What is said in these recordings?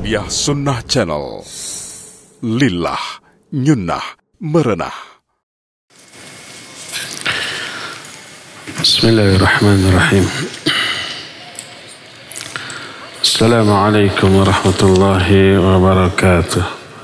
Tarbiyah Sunnah Channel. Lillah Nyunnah Merenah. Bismillahirrahmanirrahim. Assalamualaikum warahmatullahi wabarakatuh.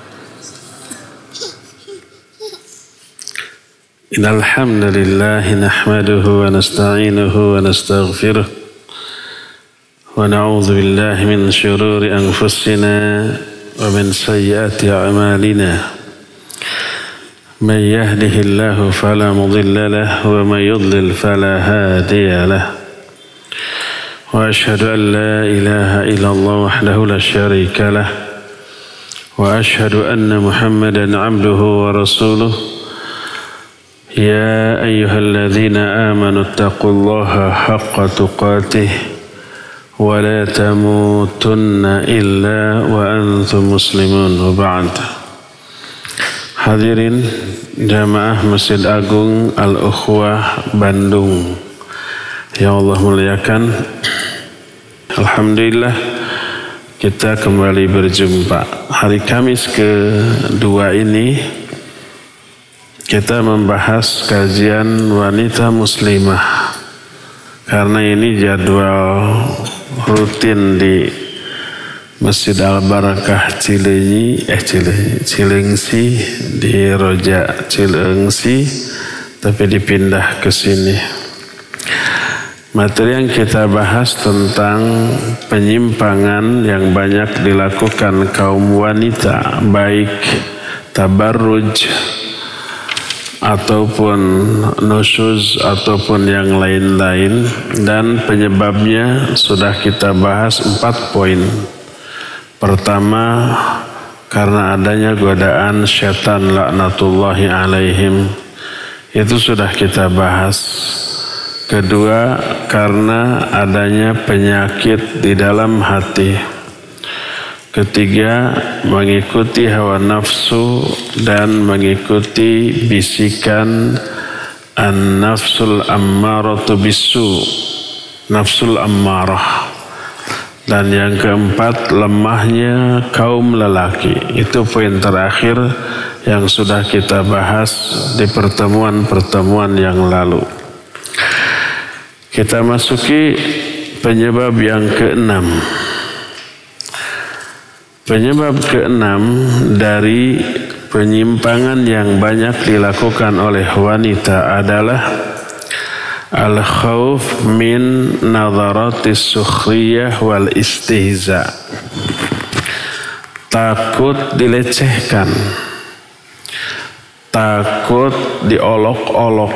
Innal hamdalillah nahmaduhu wa nasta'inuhu wa nastaghfiruh wa na'udzu billahi min shururi anfusina wa min sayyiati a'malina. Man yahdihillahu fala mudilla lahu wa man yudlil fala hadiya lahu. Wa ashhadu an la ilaha illallah wahdahu la syarika lah. Wa ashhadu anna Muhammadan 'abduhu wa rasuluh. Ya ayyuhalladzina amanu taqullaha haqqa tuqatih wa la tamutunna illa wa antum muslimun wa ba'd. Hadirin jamaah Masjid Agung Al-Ukhwah Bandung yang Allah muliakan, alhamdulillah kita kembali berjumpa. Hari Kamis kedua ini kita membahas kajian wanita muslimah, karena ini jadwal rutin di Masjid Al-Barakah Cilengsi di Roja Cilengsi, tapi dipindah ke sini. Materi yang kita bahas tentang penyimpangan yang banyak dilakukan kaum wanita, baik tabarruj ataupun nusyuz ataupun yang lain-lain, dan penyebabnya sudah kita bahas 4 poin. Pertama, karena adanya godaan syaitan laknatullahi alaihim, itu sudah kita bahas. Kedua, karena adanya penyakit di dalam hati. Ketiga, mengikuti hawa nafsu dan mengikuti bisikan an-nafsul ammaratu bisu, nafsul ammarah. Dan yang keempat, lemahnya kaum lelaki. Itu poin terakhir yang sudah kita bahas di pertemuan-pertemuan yang lalu. Kita masuki penyebab yang keenam. Penyebab keenam dari penyimpangan yang banyak dilakukan oleh wanita adalah al-khawf min nadharatis sukhriyah wal istihza. Takut dilecehkan, takut diolok-olok,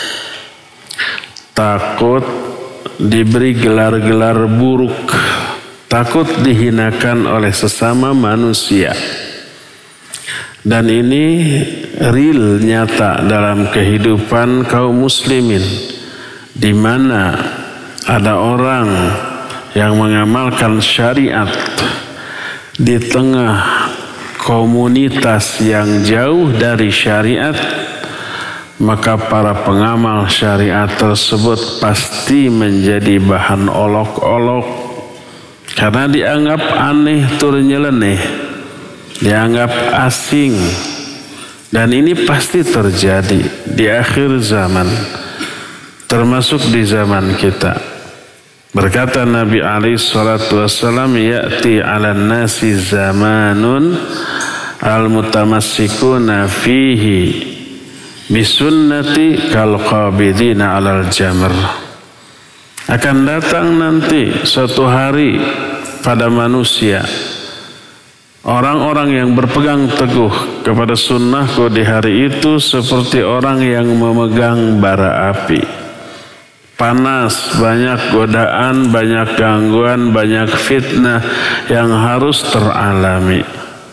takut diberi gelar-gelar buruk, takut dihinakan oleh sesama manusia. Dan ini real, nyata dalam kehidupan kaum muslimin, di mana ada orang yang mengamalkan syariat di tengah komunitas yang jauh dari syariat, maka para pengamal syariat tersebut pasti menjadi bahan olok-olok, karena dianggap aneh tur nyeleneh, dianggap asing. Dan ini pasti terjadi di akhir zaman, termasuk di zaman kita. Berkata Nabi SAW, ya'ti 'alan nasi zamanun al-mutamassikuna fihi bisunnati kal qabidina 'alal jamr. Akan datang nanti suatu hari pada manusia orang-orang yang berpegang teguh kepada sunnahku di hari itu seperti orang yang memegang bara api. Panas, banyak godaan, banyak gangguan, banyak fitnah yang harus teralami.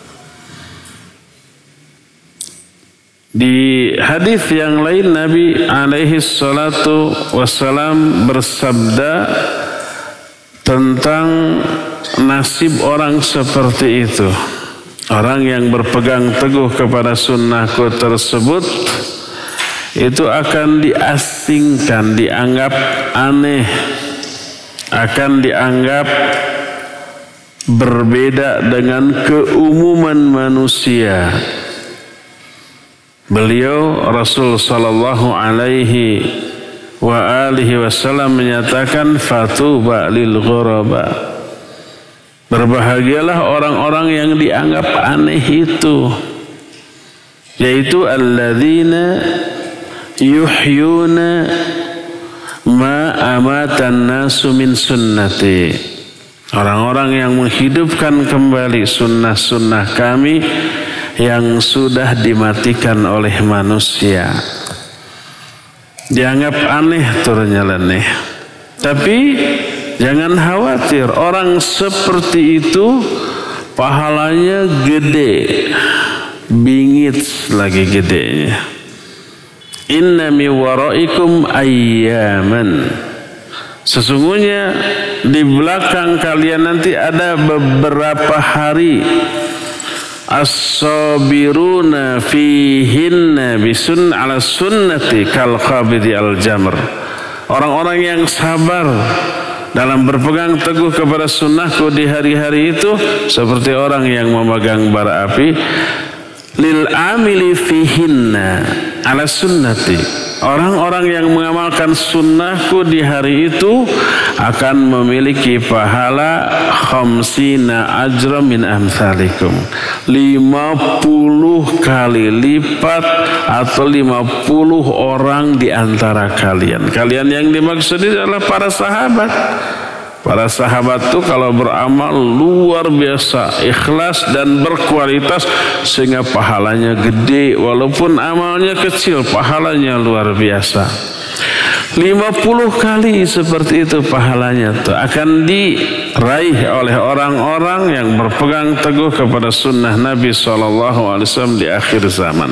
Di hadis yang lain Nabi alaihi salatu wassalam bersabda tentang nasib orang seperti itu. Orang yang berpegang teguh kepada sunnahku tersebut itu akan diasingkan, dianggap aneh, akan dianggap berbeda dengan keumuman manusia. Beliau Rasul sallallahu alaihi wa alihi wasallam menyatakan fatuba lil ghuraba. Berbahagialah orang-orang yang dianggap aneh itu, yaitu alladzina yuhyuna ma amatan nasu min sunnati. Orang-orang yang menghidupkan kembali sunnah-sunnah kami yang sudah dimatikan oleh manusia. Dianggap aneh turunnya leneh. Tapi jangan khawatir, orang seperti itu pahalanya gede, bingit lagi gedenya. Inna mi waraikum ayyaman. Sesungguhnya di belakang kalian nanti ada beberapa hari. As-sabiruna fihinna bisun ala sunnati kal qabidi al jamr. Orang-orang yang sabar dalam berpegang teguh kepada sunnahku di hari-hari itu seperti orang yang memegang bara api. Lil amili fihinna ala sunnati. Orang-orang yang mengamalkan sunnahku di hari itu akan memiliki pahala khamsina ajra min amsalikum. 50 kali lipat atau 50 orang di antara kalian. Kalian yang dimaksud adalah para sahabat. Para sahabat itu kalau beramal luar biasa, ikhlas dan berkualitas sehingga pahalanya gede, walaupun amalnya kecil, pahalanya luar biasa. 50 kali seperti itu pahalanya itu akan diraih oleh orang-orang yang berpegang teguh kepada sunnah Nabi SAW di akhir zaman.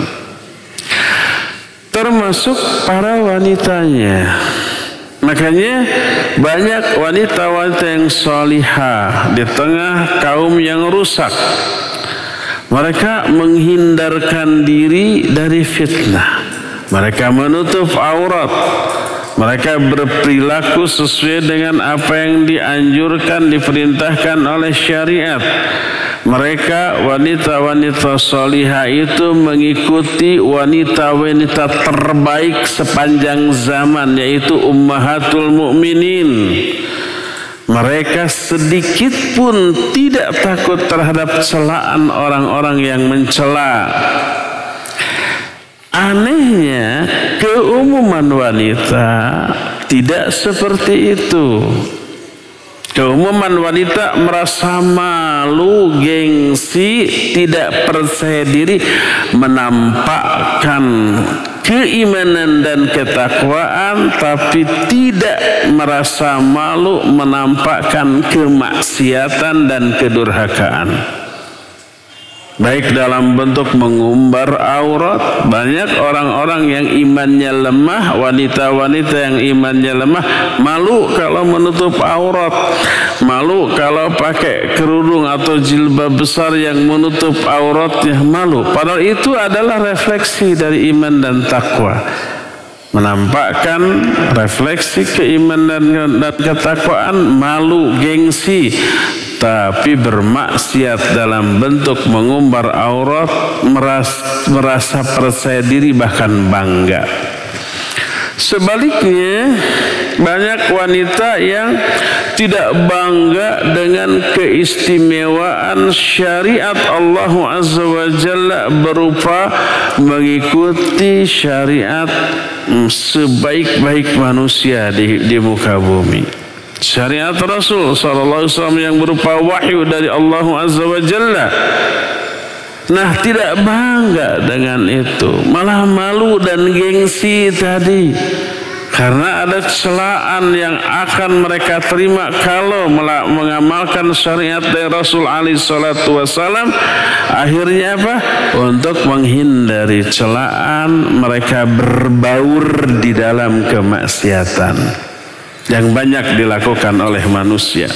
Termasuk para wanitanya. Makanya banyak wanita-wanita yang salihah di tengah kaum yang rusak. Mereka menghindarkan diri dari fitnah. Mereka menutup aurat. Mereka berperilaku sesuai dengan apa yang dianjurkan, diperintahkan oleh syariat. Mereka wanita-wanita salihah itu mengikuti wanita-wanita terbaik sepanjang zaman, yaitu ummahatul mukminin. Mereka sedikit pun tidak takut terhadap celaan orang-orang yang mencela. Anehnya keumuman wanita tidak seperti itu. Keumuman wanita merasa malu, gengsi, tidak percaya diri, menampakkan keimanan dan ketakwaan, tapi tidak merasa malu menampakkan kemaksiatan dan kedurhakaan. Baik dalam bentuk mengumbar aurat. Banyak orang-orang yang imannya lemah, wanita-wanita yang imannya lemah, malu kalau menutup aurat, malu kalau pakai kerudung atau jilbab besar yang menutup auratnya, malu. Padahal itu adalah refleksi dari iman dan takwa. Menampakkan refleksi keimanan dan ketakwaan, malu, gengsi. Tapi bermaksiat dalam bentuk mengumbar aurat, merasa percaya diri, bahkan bangga. Sebaliknya, banyak wanita yang tidak bangga dengan keistimewaan syariat Allah Azza wa Jalla berupa mengikuti syariat sebaik-baik manusia di muka bumi. Syariat Rasul SAW yang berupa wahyu dari Allah Azza wa Jalla. Nah, tidak bangga dengan itu, malah malu dan gengsi tadi. Karena ada celaan yang akan mereka terima kalau mengamalkan syariat dari Rasul SAW. Akhirnya apa? Untuk menghindari celaan, mereka berbaur di dalam kemaksiatan yang banyak dilakukan oleh manusia.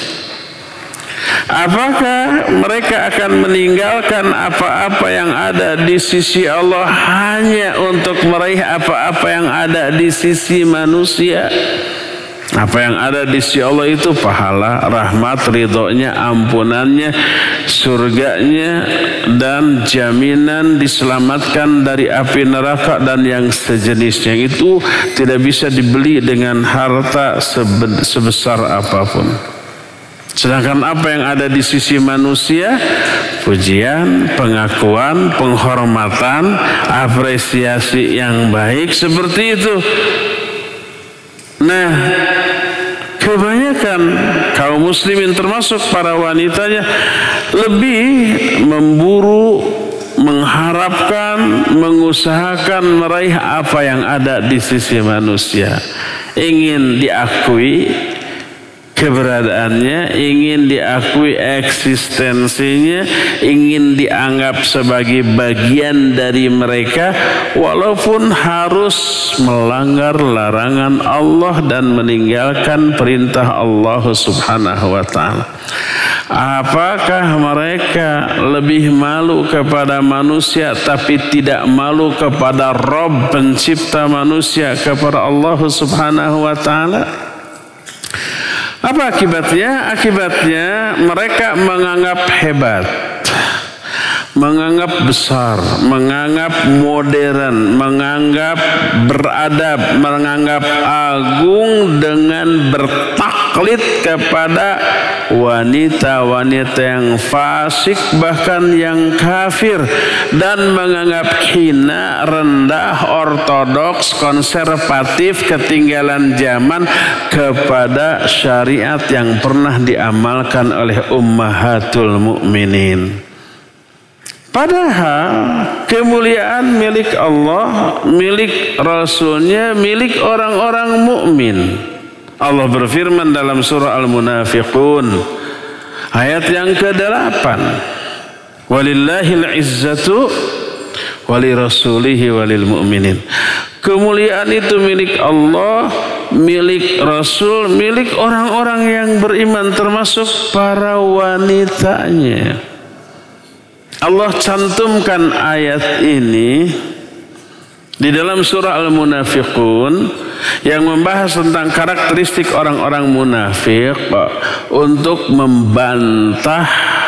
Apakah mereka akan meninggalkan apa-apa yang ada di sisi Allah hanya untuk meraih apa-apa yang ada di sisi manusia? Apa yang ada di sisi Allah itu pahala, rahmat, ridhonya, ampunannya, surganya, dan jaminan diselamatkan dari api neraka dan yang sejenisnya. Itu tidak bisa dibeli dengan harta sebesar apapun. Sedangkan apa yang ada di sisi manusia, pujian, pengakuan, penghormatan, apresiasi yang baik, seperti itu. Nah, kebanyakan kaum muslimin termasuk para wanitanya lebih memburu, mengharapkan, mengusahakan meraih apa yang ada di sisi manusia. Ingin diakui keberadaannya, ingin diakui eksistensinya, ingin dianggap sebagai bagian dari mereka, walaupun harus melanggar larangan Allah dan meninggalkan perintah Allah Subhanahu wa ta'ala. Apakah mereka lebih malu kepada manusia tapi tidak malu kepada Rabb pencipta manusia, kepada Allah Subhanahu wa ta'ala? Apa akibatnya? Akibatnya mereka menganggap hebat, menganggap besar, menganggap modern, menganggap beradab, menganggap agung dengan bertaklid kepada wanita-wanita yang fasik, bahkan yang kafir, dan menganggap hina, rendah, ortodoks, konservatif, ketinggalan zaman kepada syariat yang pernah diamalkan oleh ummahatul mukminin. Padahal kemuliaan milik Allah, milik Rasulnya, milik orang-orang mukmin. Allah berfirman dalam surah Al-Munafiqun ayat yang ke-8, walillahil izzatu walirasulihi walil mu'minin. Kemuliaan itu milik Allah, milik Rasul, milik orang-orang yang beriman, termasuk para wanitanya. Allah cantumkan ayat ini di dalam surah Al-Munafiqun yang membahas tentang karakteristik orang-orang munafik untuk membantah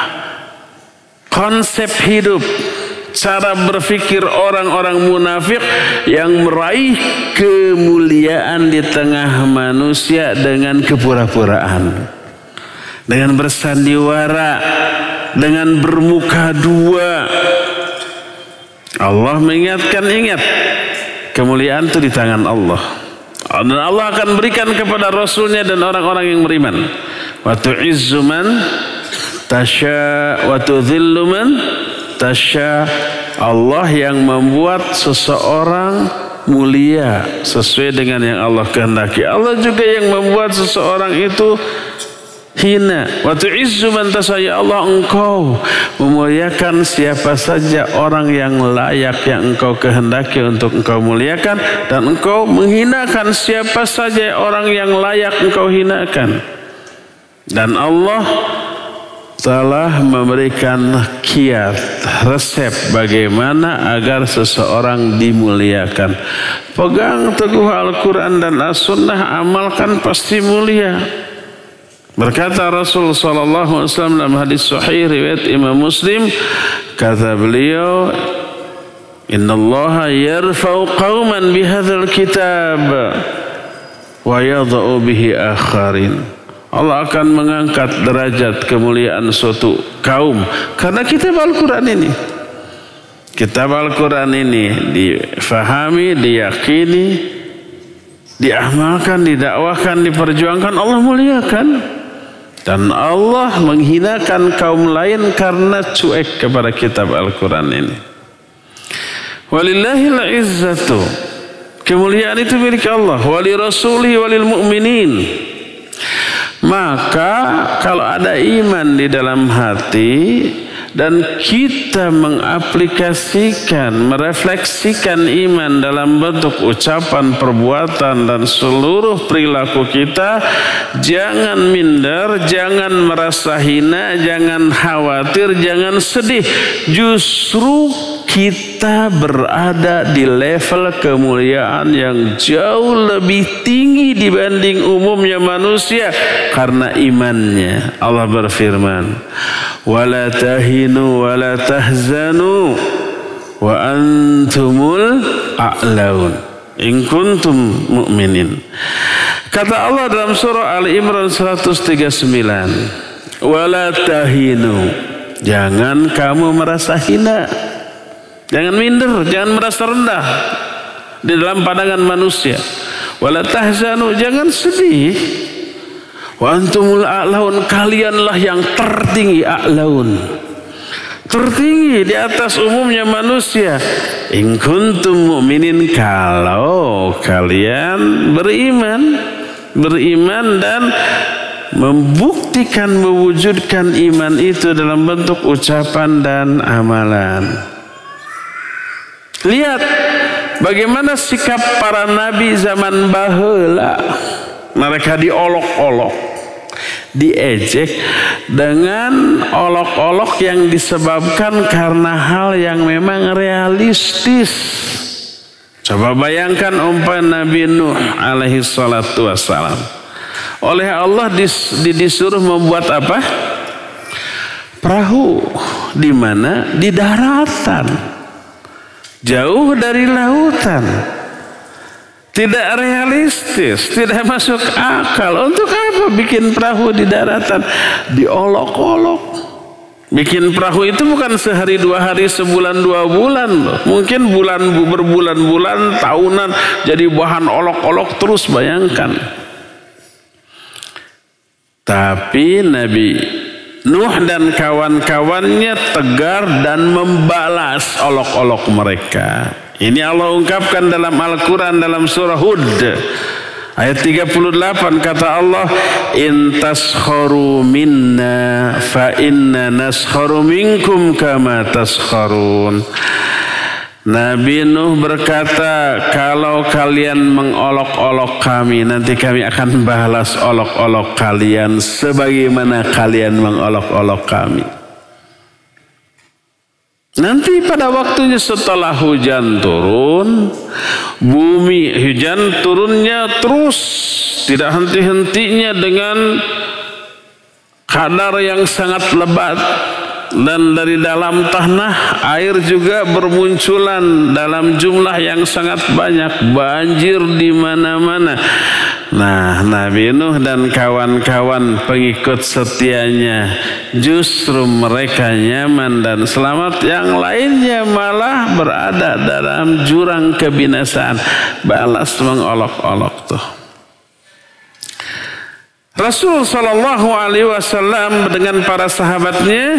konsep hidup, cara berpikir orang-orang munafik yang meraih kemuliaan di tengah manusia dengan kepura-puraan, dengan bersandiwara, dengan bermuka dua. Allah mengingatkan, ingat, kemuliaan itu di tangan Allah. Dan Allah akan berikan kepada Rasulnya dan orang-orang yang beriman. Wa tu'izzu man tasya wa tudhillu man tasya. Allah yang membuat seseorang mulia sesuai dengan yang Allah kehendaki. Allah juga yang membuat seseorang itu hina. Wa tu'izzu man tasya. Allah, engkau memuliakan siapa saja orang yang layak yang engkau kehendaki untuk engkau muliakan, dan engkau menghinakan siapa saja orang yang layak engkau hinakan. Dan Allah telah memberikan kiat, resep bagaimana agar seseorang dimuliakan. Pegang teguh Al-Quran dan As-Sunnah, amalkan, pasti mulia. Berkata Rasul sallallahu alaihi wasallam dalam hadis sahih riwayat Imam Muslim, kata beliau, innallaha yarfa'u qauman bihadzal kitab wa yadha'u bihi akharin. Allah akan mengangkat derajat kemuliaan suatu kaum karena kitab Al-Quran ini. Kitab Al-Quran ini difahami, diyakini, diamalkan, didakwahkan, diperjuangkan, Allah muliakan. Dan Allah menghinakan kaum lain karena cuek kepada kitab Al-Quran ini. Walillahil izzatu. Kemuliaan itu milik Allah. Wali rasulihi walil mu'minin. Maka kalau ada iman di dalam hati dan kita mengaplikasikan, merefleksikan iman dalam bentuk ucapan, perbuatan, dan seluruh perilaku kita, jangan minder, jangan merasa hina, jangan khawatir, jangan sedih. Justru kita berada di level kemuliaan yang jauh lebih tinggi dibanding umumnya manusia karena imannya. Allah berfirman, "Wala tahinu wala tahzanu wa antumul a'laun in kuntum mu'minin." Kata Allah dalam surah Ali Imran 139, "Wala tahinu," jangan kamu merasa hina, jangan minder, jangan merasa rendah di dalam pandangan manusia. Wala tahzanu, jangan sedih. Wa antumul a'laun, kalianlah yang tertinggi, a'laun, tertinggi di atas umumnya manusia. In kuntum mu'minin, kalau kalian beriman dan membuktikan, mewujudkan iman itu dalam bentuk ucapan dan amalan. Lihat bagaimana sikap para nabi zaman baheula. Mereka diolok-olok, diejek dengan olok-olok yang disebabkan karena hal yang memang realistis. Coba bayangkan umpama Nabi Nuh alaihi salatu wassalam. Oleh Allah disuruh membuat apa? Perahu. Di mana? Di daratan. Jauh dari lautan. Tidak realistis, tidak masuk akal. Untuk apa bikin perahu di daratan? Diolok-olok. Bikin perahu itu bukan sehari, 2 hari, sebulan, 2 bulan loh. Mungkin berbulan-bulan, tahunan jadi bahan olok-olok terus, bayangkan. Tapi Nabi Nuh dan kawan-kawannya tegar dan membalas olok-olok mereka. Ini Allah ungkapkan dalam Al-Quran dalam surah Hud ayat 38, kata Allah, "In taskharu minna fa inna naskharu minkum kama taskharun." Nabi Nuh berkata, kalau kalian mengolok-olok kami, nanti kami akan balas olok-olok kalian sebagaimana kalian mengolok-olok kami. Nanti pada waktunya setelah hujan turun, bumi hujan turunnya terus tidak henti-hentinya dengan kadar yang sangat lebat. Dan dari dalam tanah air juga bermunculan dalam jumlah yang sangat banyak, banjir di mana-mana. Nah, Nabi Nuh dan kawan-kawan pengikut setianya justru mereka nyaman dan selamat, yang lainnya malah berada dalam jurang kebinasaan. Balas mengolok-olok tuh. Rasul sallallahu alaihi wasallam dengan para sahabatnya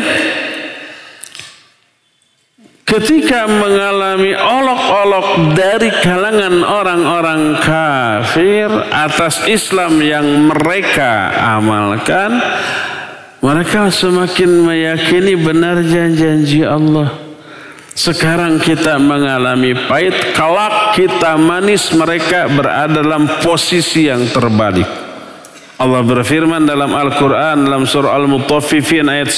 ketika mengalami olok-olok dari kalangan orang-orang kafir atas Islam yang mereka amalkan, mereka semakin meyakini benar janji Allah. Sekarang kita mengalami pahit, kelak kita manis, mereka berada dalam posisi yang terbalik. Allah berfirman dalam Al-Quran dalam surah Al-Mutaffifin ayat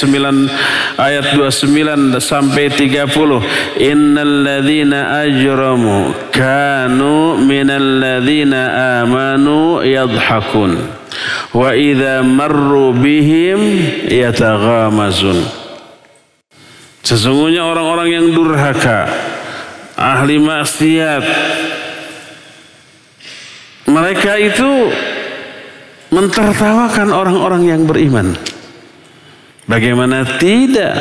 29 sampai 30, "Innal ladzina ajramu kanu minal ladzina amanu yadhakun wa idza marru bihim yataghamazun." Sesungguhnya orang-orang yang durhaka, ahli maksiat, mereka itu mentertawakan orang-orang yang beriman. Bagaimana tidak?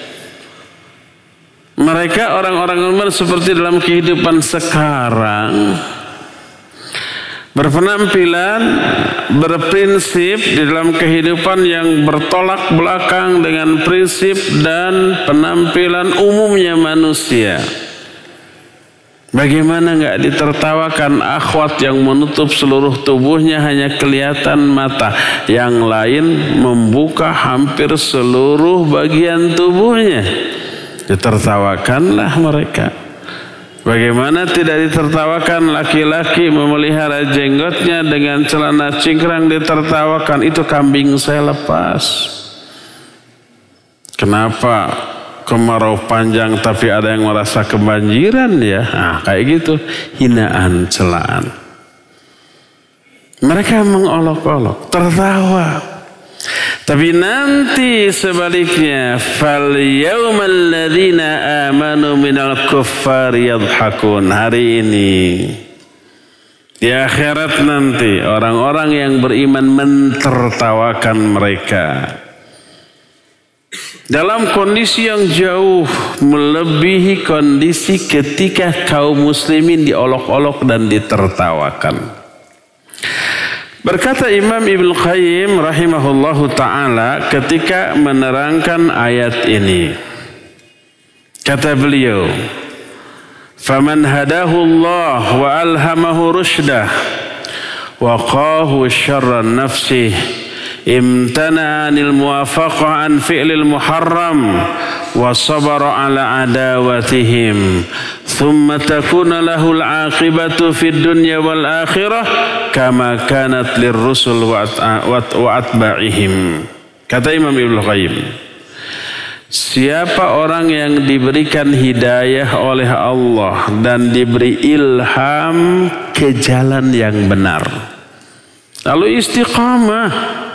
Mereka orang-orang beriman seperti dalam kehidupan sekarang berpenampilan, berprinsip di dalam kehidupan yang bertolak belakang dengan prinsip dan penampilan umumnya manusia. Bagaimana enggak ditertawakan akhwat yang menutup seluruh tubuhnya, hanya kelihatan mata, yang lain membuka hampir seluruh bagian tubuhnya. Ditertawakanlah mereka. Bagaimana tidak ditertawakan laki-laki memelihara jenggotnya dengan celana cingkrang, ditertawakan. Itu kambing saya lepas. Kenapa? kemarau panjang tapi ada yang merasa kebanjiran ya. Nah, kayak gitu, hinaan, celaan. Mereka mengolok-olok, tertawa. Tapi nanti sebaliknya, fal yaumal ladzina amanu minal kuffari yadhakun. Hari ini di akhirat nanti orang-orang yang beriman mentertawakan mereka dalam kondisi yang jauh melebihi kondisi ketika kaum muslimin diolok-olok dan ditertawakan. Berkata Imam Ibnu Qayyim rahimahullahu ta'ala ketika menerangkan ayat ini. Kata beliau, "Faman hadahu Allah wa alhamahu rushdah wa qahu syarran nafsih imtana 'anil muwafaqah an fi'lil muharram wa sabara 'ala adawatihim thumma takuna lahul 'aqibatu fid dunya wal akhirah kama kanat lirrusul wa atba'ihim." Kata Imam Ibnu Qayyim, siapa orang yang diberikan hidayah oleh Allah dan diberi ilham ke jalan yang benar, lalu istiqamah,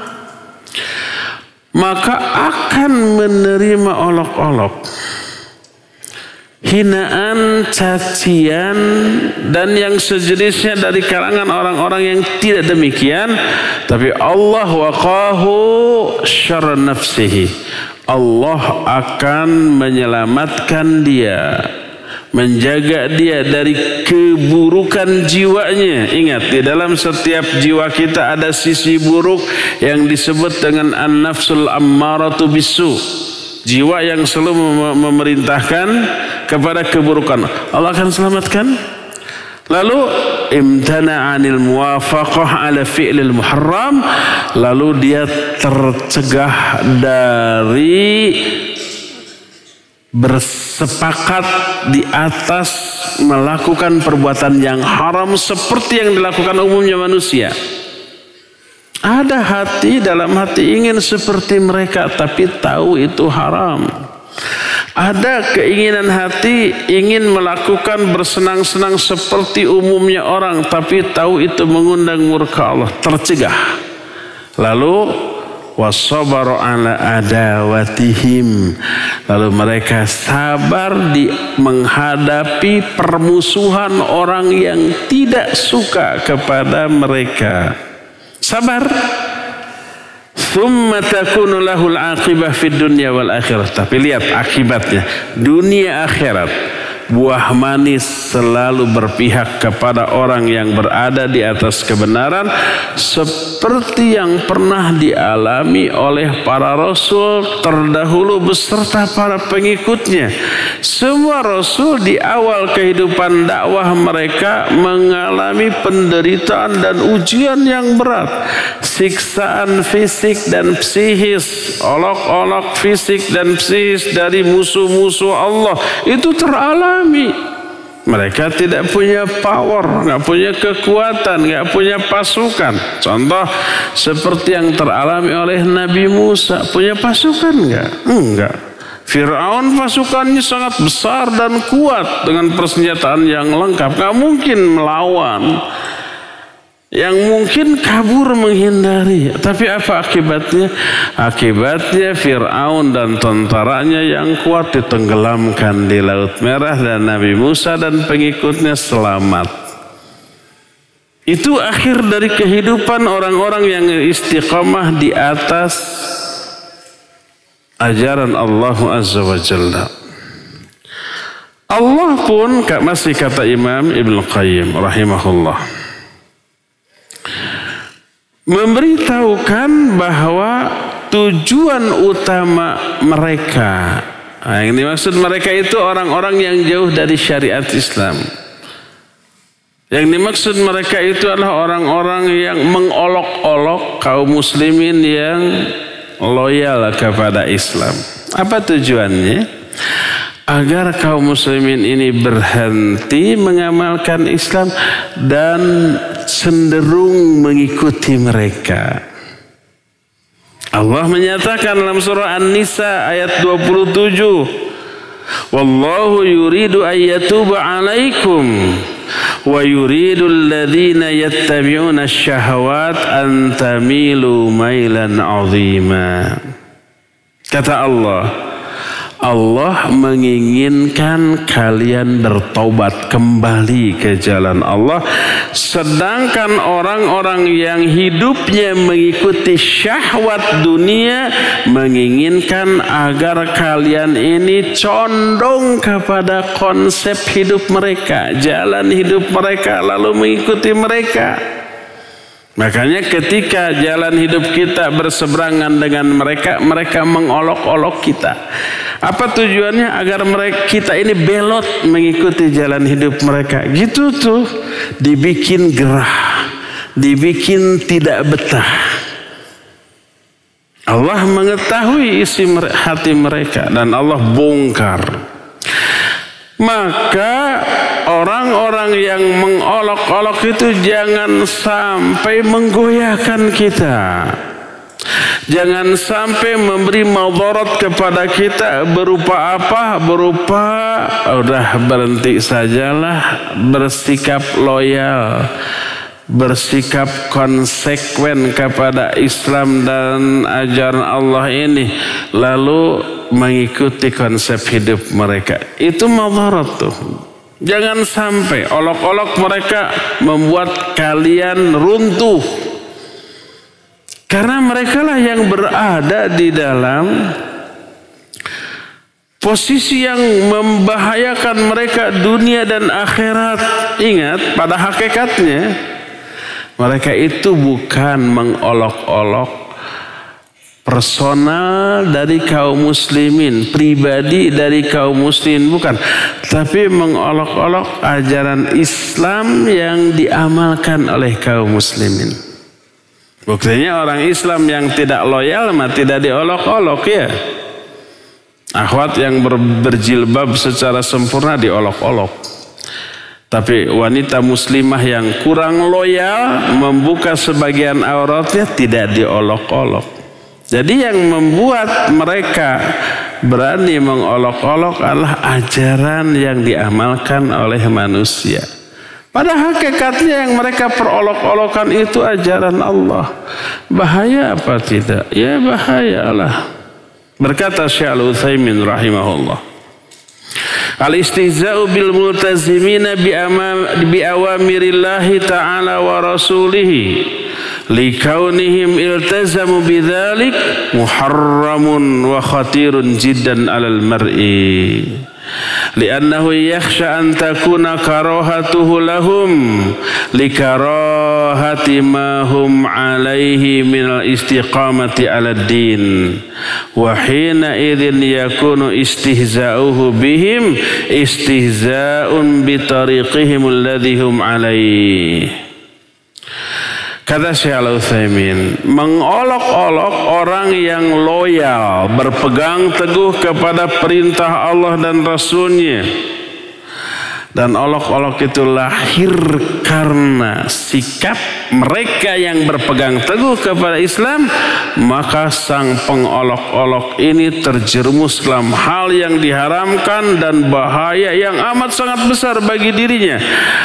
maka akan menerima olok-olok, hinaan, cacian, dan yang sejenisnya dari kalangan orang-orang yang tidak demikian. Tapi Allah waqahu syarran nafsihi, Allah akan menyelamatkan dia, menjaga dia dari keburukan jiwanya. Ingat, di dalam setiap jiwa kita ada sisi buruk yang disebut dengan an-nafsul ammaratu bisu, jiwa yang selalu memerintahkan kepada keburukan. Allah akan selamatkan. Lalu imtana 'anil muwafaqah 'ala fi'lil muharram, lalu dia tercegah dari bersepakat di atas melakukan perbuatan yang haram seperti yang dilakukan umumnya manusia. Ada hati, dalam hati ingin seperti mereka tapi tahu itu haram. Ada keinginan hati ingin melakukan bersenang-senang seperti umumnya orang tapi tahu itu mengundang murka Allah, tercegah. Lalu wasabaru ala adawatihim, lalu mereka sabar di menghadapi permusuhan orang yang tidak suka kepada mereka. Sabar. Tsumma takunu lahul aqibah fid dunya wal akhirah. Tapi lihat akibatnya, dunia akhirat buah manis selalu berpihak kepada orang yang berada di atas kebenaran, seperti yang pernah dialami oleh para rasul terdahulu beserta para pengikutnya. Semua rasul di awal kehidupan dakwah mereka mengalami penderitaan dan ujian yang berat, siksaan fisik dan psikis, olok-olok fisik dan psikis dari musuh-musuh Allah itu teralami. Mereka tidak punya power, nggak punya kekuatan, nggak punya pasukan. Contoh seperti yang teralami oleh Nabi Musa, punya pasukan nggak? Enggak. Fir'aun pasukannya sangat besar dan kuat dengan persenjataan yang lengkap, nggak mungkin melawan. Yang mungkin kabur menghindari. Tapi apa akibatnya? Akibatnya Fir'aun dan tentaranya yang kuat ditenggelamkan di Laut Merah dan Nabi Musa dan pengikutnya selamat. Itu akhir dari kehidupan orang-orang yang istiqamah di atas ajaran Allah Azza wa Jalla. Allah pun, masih kata Imam Ibnu Qayyim rahimahullah, memberitahukan bahwa tujuan utama mereka, yang dimaksud mereka itu orang-orang yang jauh dari syariat Islam. Yang dimaksud mereka itu adalah orang-orang yang mengolok-olok kaum muslimin yang loyal kepada Islam. Apa tujuannya? Agar kaum muslimin ini berhenti mengamalkan Islam dan cenderung mengikuti mereka. Allah menyatakan dalam surah An-Nisa ayat 27, Wallahu yuridu ayyatuba alaikum wa yuridu alladhina yattabi'una syahawat an tamilu mailan 'azima. Kata Allah, Allah menginginkan kalian bertaubat kembali ke jalan Allah, sedangkan orang-orang yang hidupnya mengikuti syahwat dunia menginginkan agar kalian ini condong kepada konsep hidup mereka, jalan hidup mereka, lalu mengikuti mereka. Makanya ketika jalan hidup kita berseberangan dengan mereka, mereka mengolok-olok kita. Apa tujuannya? Agar kita ini belot mengikuti jalan hidup mereka. Gitu tuh, dibikin gerah, dibikin tidak betah. Allah mengetahui isi hati mereka dan Allah bongkar. Maka orang-orang yang mengolok-olok itu jangan sampai menggoyahkan kita. Jangan sampai memberi madarat kepada kita berupa apa? Berupa udah berhenti sajalah, bersikap loyal, bersikap konsekuen kepada Islam dan ajaran Allah ini, lalu mengikuti konsep hidup mereka. Itu madarat tuh. Jangan sampai olok-olok mereka membuat kalian runtuh. Karena mereka lah yang berada di dalam posisi yang membahayakan mereka dunia dan akhirat. Ingat, pada hakikatnya mereka itu bukan mengolok-olok personal dari kaum muslimin, pribadi dari kaum muslimin, bukan. Tapi mengolok-olok ajaran Islam yang diamalkan oleh kaum muslimin. Buktinya orang Islam yang tidak loyal mah tidak diolok-olok ya. Akhwat yang berjilbab secara sempurna diolok-olok. Tapi wanita muslimah yang kurang loyal membuka sebagian auratnya tidak diolok-olok. Jadi yang membuat mereka berani mengolok-olok adalah ajaran yang diamalkan oleh manusia. Pada hakikatnya yang mereka perolok-olokan itu ajaran Allah. Bahaya apa tidak? Ya bahayalah. Berkata Syekh Al-Utsaimin rahimahullah, al-istihza'u bil multazimina bi awamirillahi ta'ala wa rasulihi likaunihim iltazamu bidzalik muharramun wa khatirun jiddan 'alal mar'i li'annahu yakhsha an takuna karahatuhu lahum likarahati ma hum 'alaihi minal istiqamati 'alad din wa hina idzin yakunu istihza'uhu bihim istihza'un bi tariqihim alladhi hum 'alaihi. Kata Syekh Al-Utsaimin, mengolok-olok orang yang loyal, berpegang teguh kepada perintah Allah dan Rasulnya. Dan olok-olok itu lahir karena sikap mereka yang berpegang teguh kepada Islam. Maka sang pengolok-olok ini terjerumus dalam hal yang diharamkan dan bahaya yang amat sangat besar bagi dirinya.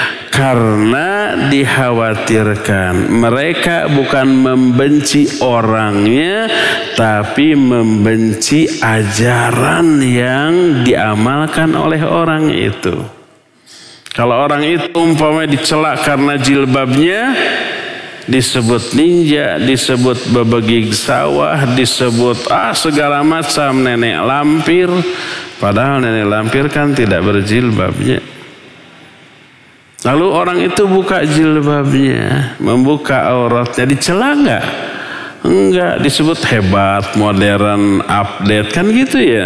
Karena dikhawatirkan mereka bukan membenci orangnya, tapi membenci ajaran yang diamalkan oleh orang itu. Kalau orang itu umpamanya dicela karena jilbabnya, disebut ninja, disebut bebegig sawah, disebut segala macam nenek lampir. Padahal nenek lampir kan tidak berjilbabnya. Lalu orang itu buka jilbabnya, membuka auratnya, dicela enggak? Enggak, disebut hebat, modern, update, kan gitu ya.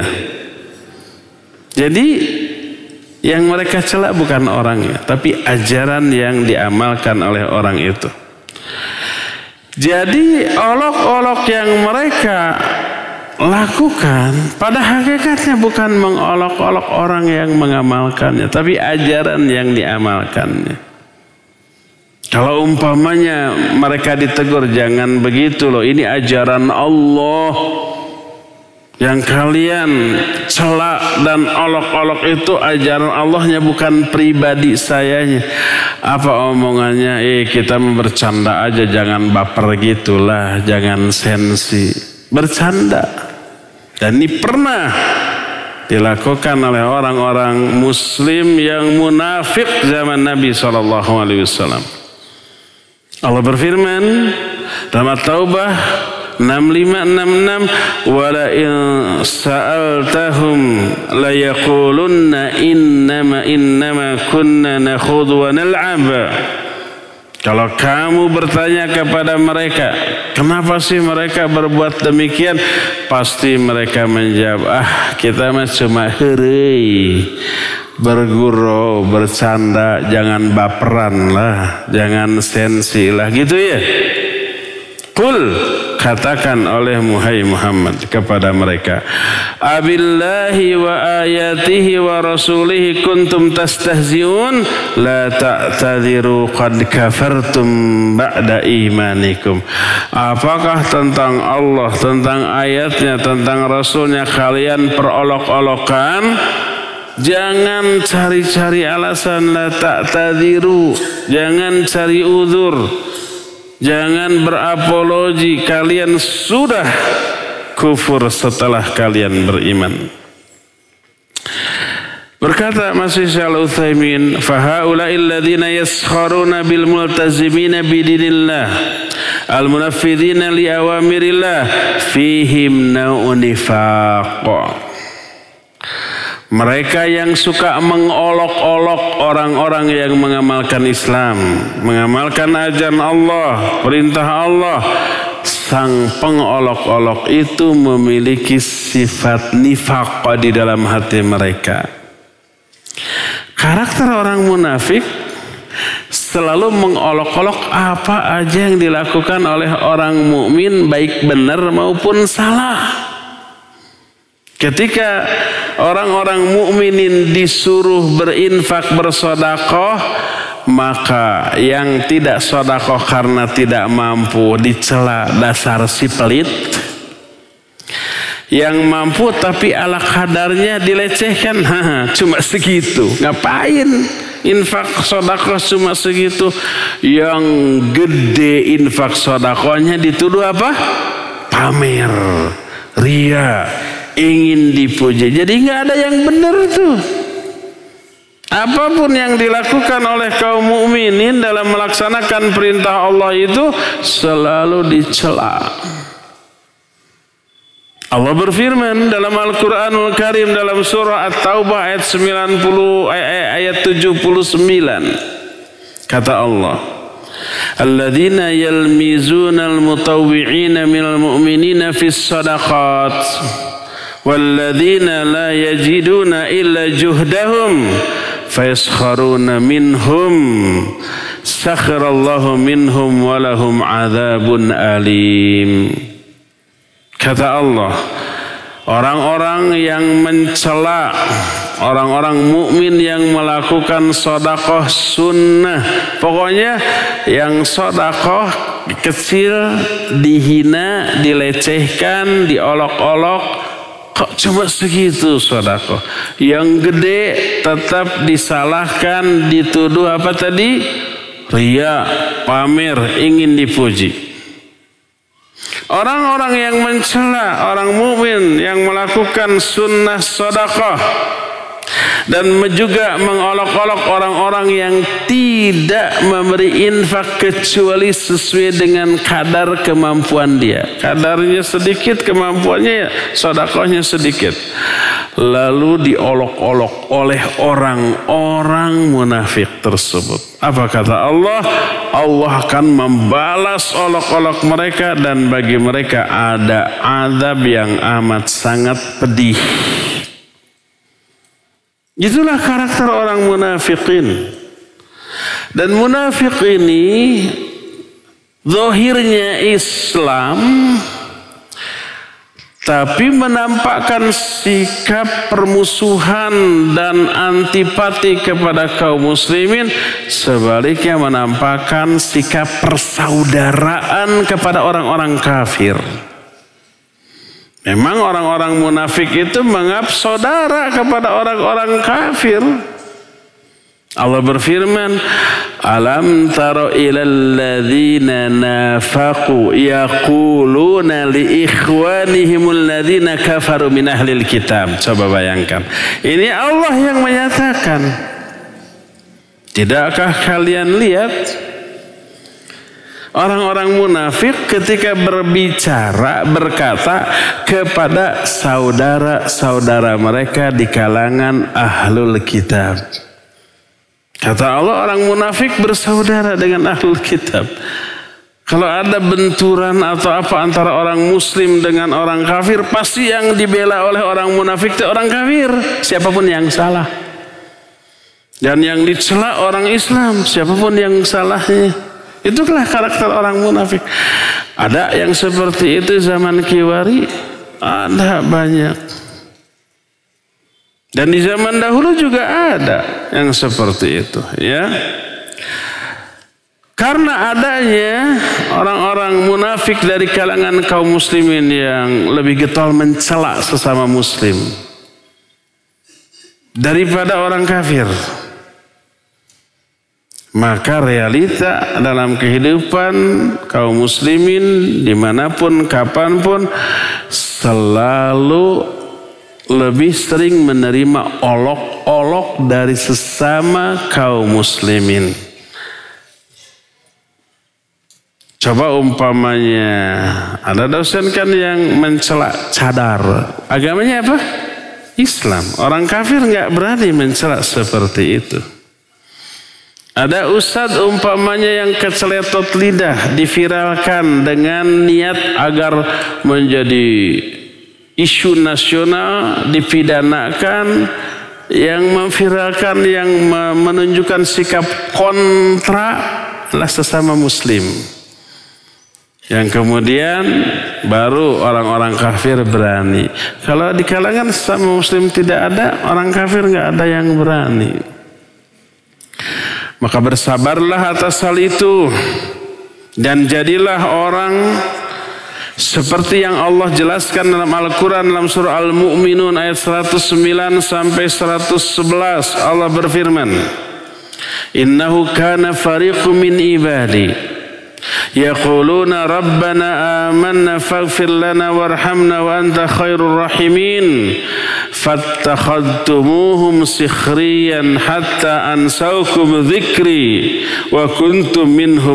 Jadi yang mereka cela bukan orangnya, tapi ajaran yang diamalkan oleh orang itu. Jadi olok-olok yang mereka lakukan pada hakikatnya bukan mengolok-olok orang yang mengamalkannya, tapi ajaran yang diamalkannya. Kalau umpamanya mereka ditegur, jangan begitu loh, ini ajaran Allah. Yang kalian celak dan olok-olok itu ajaran Allahnya, bukan pribadi sayanya. Apa omongannya? Kita bercanda aja, jangan baper gitulah, jangan sensi. Bercanda. Dan ini pernah dilakukan oleh orang-orang muslim yang munafik zaman Nabi SAW. Allah berfirman dalam At-Taubah 6566, wala in sa'altahum la yaqulunna innama kunna nakhudhu wa nal'ab. Kalau kamu bertanya kepada mereka, kenapa sih mereka berbuat demikian? Pasti mereka menjawab, kita mah cuma heureuy, bergurau, bercanda, jangan baperan lah, jangan sensi lah, gitu ya. Qul, katakan oleh Muhammad kepada mereka, abillahi wa ayatihi wa rasulihi kuntum tastahzi'un la ta'tadhiru qad kafartum ba'da imanikum. Apakah tentang Allah, tentang ayatnya, tentang rasulnya kalian perolok-olokan? Jangan cari-cari alasan, la ta'tadhiru, jangan cari uzur, jangan berapologi, kalian sudah kufur setelah kalian beriman. Berkata masih Syekh Al-Utsaimin, fahaula'il ladzina yaskharuna bil multazimina bidinillah al-munaffidhina li awamirillah fihim nau'un nifaq. Mereka yang suka mengolok-olok orang-orang yang mengamalkan Islam, mengamalkan ajaran Allah, perintah Allah, sang pengolok-olok itu memiliki sifat nifaq di dalam hati mereka. Karakter orang munafik selalu mengolok-olok apa aja yang dilakukan oleh orang mukmin, baik benar maupun salah. Ketika orang-orang mukminin disuruh berinfak, bersedekah, maka yang tidak sedekah karena tidak mampu dicela, dasar si pelit. Yang mampu tapi ala kadarnya dilecehkan, cuma segitu, ngapain infak sedekah cuma segitu. Yang gede infak sedekahnya dituduh apa? Pamer, ria, ingin dipuji. Jadi nggak ada yang benar tuh. Apapun yang dilakukan oleh kaum mukminin dalam melaksanakan perintah Allah itu selalu dicela. Allah berfirman dalam Al-Quranul Karim dalam surah At-Taubah ayat 90 ayat 79. Kata Allah, alladzina yalmizuna al-mutawwi'ina minal mu'minina fis sadaqat walladzina la yajiduna illa juhdahum fayaskharuna minhum sakharallahu minhum walahum adzabun alim. Kata Allah, orang-orang yang mencela orang-orang mukmin yang melakukan sedekah sunnah, pokoknya yang sedekah kecil dihina, dilecehkan, diolok-olok, kok cuma segitu sedekah. Yang gede tetap disalahkan, dituduh apa tadi? Ria, pamer, ingin dipuji. Orang-orang yang mencela orang mukmin yang melakukan sunnah sedekah dan juga mengolok-olok orang-orang yang tidak memberi infak kecuali sesuai dengan kadar kemampuan dia. Kadarnya sedikit, kemampuannya sedekahnya sedikit. Lalu diolok-olok oleh orang-orang munafik tersebut. Apa kata Allah? Allah akan membalas olok-olok mereka dan bagi mereka ada azab yang amat sangat pedih. Itulah karakter orang munafikin. Dan munafik ini zahirnya Islam, tapi menampakkan sikap permusuhan dan antipati kepada kaum muslimin. Sebaliknya menampakkan sikap persaudaraan kepada orang-orang kafir. Memang orang-orang munafik itu menganggap saudara kepada orang-orang kafir. Allah berfirman, alam taro ilal ladzina nafaqu yaquluna li ikhwanihimul ladzina kafaru min ahlil kitab. Coba bayangkan. Ini Allah yang menyatakan. Tidakkah kalian lihat orang-orang munafik ketika berbicara berkata kepada saudara-saudara mereka di kalangan ahlul kitab. Kata Allah, orang munafik bersaudara dengan ahlul kitab. Kalau ada benturan atau apa antara orang muslim dengan orang kafir, pasti yang dibela oleh orang munafik itu orang kafir, siapapun yang salah. Dan yang dicela orang Islam, siapapun yang salahnya. Itulah karakter orang munafik. Ada yang seperti itu zaman Kiwari, ada banyak. Dan di zaman dahulu juga ada yang seperti itu, ya. Karena adanya orang-orang munafik dari kalangan kaum muslimin yang lebih getol mencela sesama muslim daripada orang kafir. Maka realita dalam kehidupan kaum muslimin dimanapun, kapanpun selalu lebih sering menerima olok-olok dari sesama kaum muslimin. Coba umpamanya ada dosen kan yang mencela cadar. Agamanya apa? Islam. Orang kafir nggak berani mencela seperti itu. Ada ustadz umpamanya yang keceletot lidah diviralkan dengan niat agar menjadi isu nasional, dipidanakan, yang memviralkan, yang menunjukkan sikap kontra adalah sesama muslim. Yang kemudian baru orang-orang kafir berani. Kalau di kalangan sesama muslim tidak ada, orang kafir nggak ada yang berani. Maka bersabarlah atas hal itu dan jadilah orang seperti yang Allah jelaskan dalam Al-Quran dalam surah Al-Mu'minun ayat 109 sampai 111. Allah berfirman, innahu kana fariqun min ibadi yaquluna rabbana amanna faghfir lana warhamna wa anta khairur rahimin fattakhadtumuhum sikhriyan hatta ansaukum dhikri wa kuntum minhum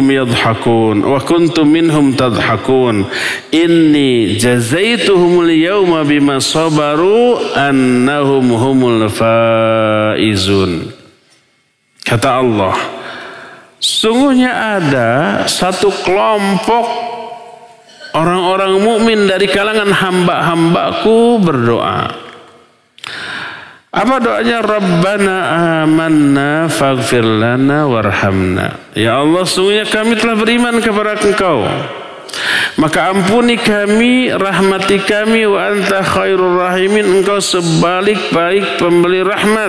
tadhakun inni jazaituhumul yawma bima sabaru annahum humul faizun. Kata Allah, sungguhnya ada satu kelompok orang-orang mukmin dari kalangan hamba-hambaku berdoa. Apa doanya? Rabbana amanna faghfir lana warhamna. Ya Allah, sungguhnya kami telah beriman kepada Engkau, maka ampuni kami, rahmati kami, wa anta khairur rahimin, Engkau sebalik-balik pemberi rahmat.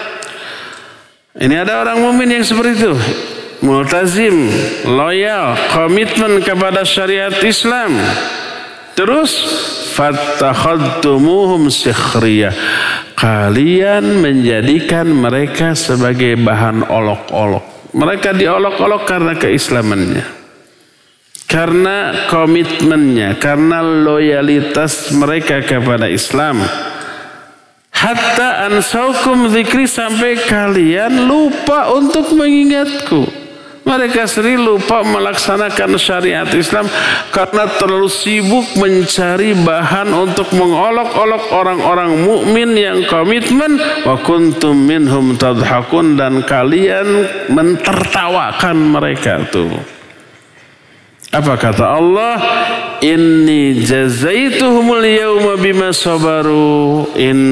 Ini ada orang mukmin yang seperti itu, multazim, loyal, komitmen kepada syariat Islam. Terus fattakhadtumuhum sikhriyah, kalian menjadikan mereka sebagai bahan olok-olok. Mereka diolok-olok karena keislamannya, karena komitmennya, karena loyalitas mereka kepada Islam. Hatta ansaukum dzikri, sampai kalian lupa untuk mengingatku. Mereka sendiri lupa melaksanakan syariat Islam karena terlalu sibuk mencari bahan untuk mengolok-olok orang-orang mukmin yang komitmen. Wa kuntum minhum tadhakun, dan kalian mentertawakan mereka tuh. Apa kata Allah? Inni jazaituhumul yawma bima sabaru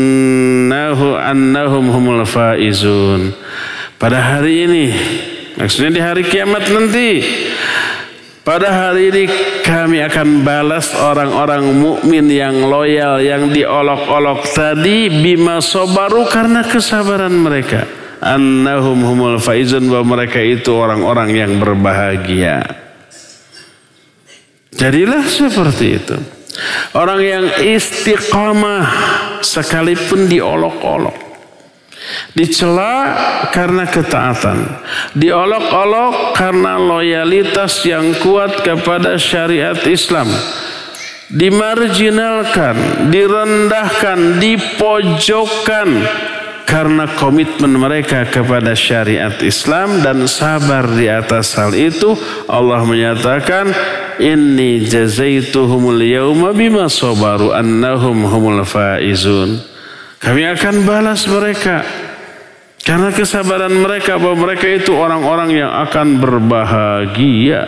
annahum humul faizun. Pada hari ini, maksudnya di hari kiamat nanti, pada hari ini kami akan balas orang-orang mukmin yang loyal, yang diolok-olok tadi, bima sabaru, karena kesabaran mereka. Annahum humul faizun, bahwa mereka itu orang-orang yang berbahagia. Jadilah seperti itu. Orang yang istiqamah sekalipun diolok-olok, dicela karena ketaatan, diolok-olok karena loyalitas yang kuat kepada syariat Islam, dimarginalkan, direndahkan, dipojokkan karena komitmen mereka kepada syariat Islam dan sabar di atas hal itu. Allah menyatakan, inni jazaituhumul yawma bima sabaru annahum humul faizun. Kami akan balas mereka karena kesabaran mereka, bahwa mereka itu orang-orang yang akan berbahagia.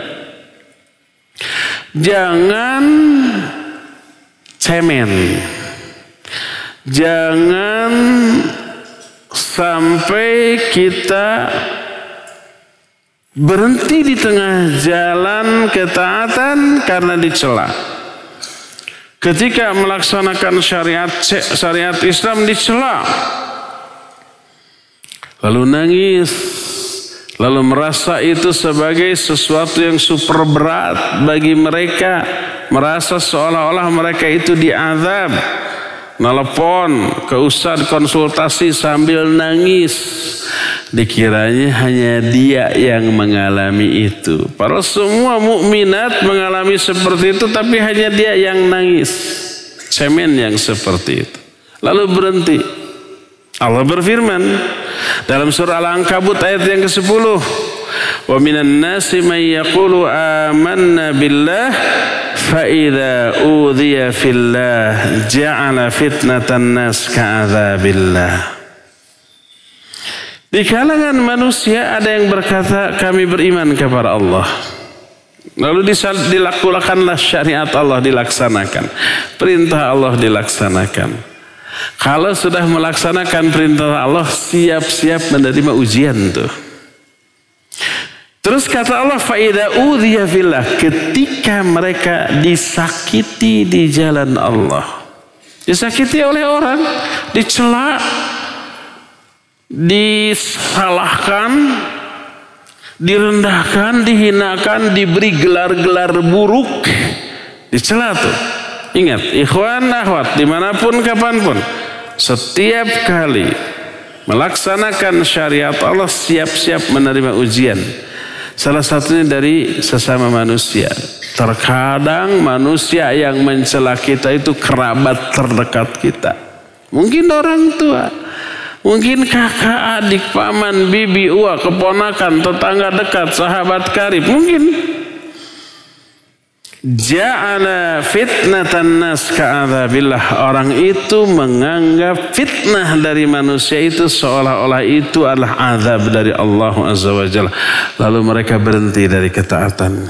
Jangan cemen, jangan sampai kita berhenti di tengah jalan ketaatan karena dicela. Ketika melaksanakan syariat Islam dicela, lalu nangis, lalu merasa itu sebagai sesuatu yang super berat bagi mereka, merasa seolah-olah mereka itu diazab. Nelpon ke ustadz, konsultasi sambil nangis, dikiranya hanya dia yang mengalami itu. Padahal semua mukminat mengalami seperti itu, tapi hanya dia yang nangis. Cemen yang seperti itu. Lalu berhenti. Allah berfirman dalam surah Al-Ankabut ayat yang ke-10, wa minan nasi man yaqulu amanna billah fa idza udhiya fillah ja'ala fitnatan nas ka'adzabillah. Di kalangan manusia ada yang berkata kami beriman kepada Allah, lalu dilakukanlah syariat Allah, dilaksanakan perintah Allah, dilaksanakan. Kalau sudah melaksanakan perintah Allah, siap-siap menerima ujian tuh. Terus kata Allah, faida udhiya fillah, ketika mereka disakiti di jalan Allah, disakiti oleh orang, dicela, disalahkan, direndahkan, dihinakan, diberi gelar-gelar buruk, dicela tuh. Ingat, ikhwan akhwat, dimanapun kapanpun, setiap kali melaksanakan syariat Allah, siap-siap menerima ujian. Salah satunya dari sesama manusia. Terkadang manusia yang mencela kita itu kerabat terdekat kita. Mungkin orang tua, mungkin kakak, adik, paman, bibi, uwa, keponakan, tetangga dekat, sahabat karib, mungkin. Ja'ala fitnatan nas ka'adzabillah. Orang itu menganggap fitnah dari manusia itu seolah-olah itu adalah azab dari Allah Azza wa Jalla. Lalu mereka berhenti dari ketaatan.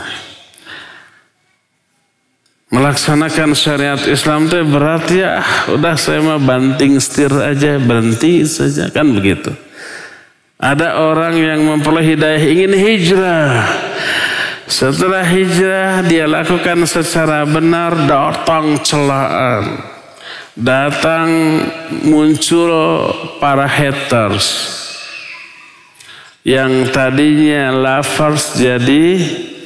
Melaksanakan syariat Islam itu berat ya. Udah saya mah banting setir aja, berhenti saja, kan begitu. Ada orang yang memperoleh hidayah ingin hijrah. Setelah hijrah dia lakukan secara benar, datang celaan, datang muncul para haters yang tadinya lovers jadi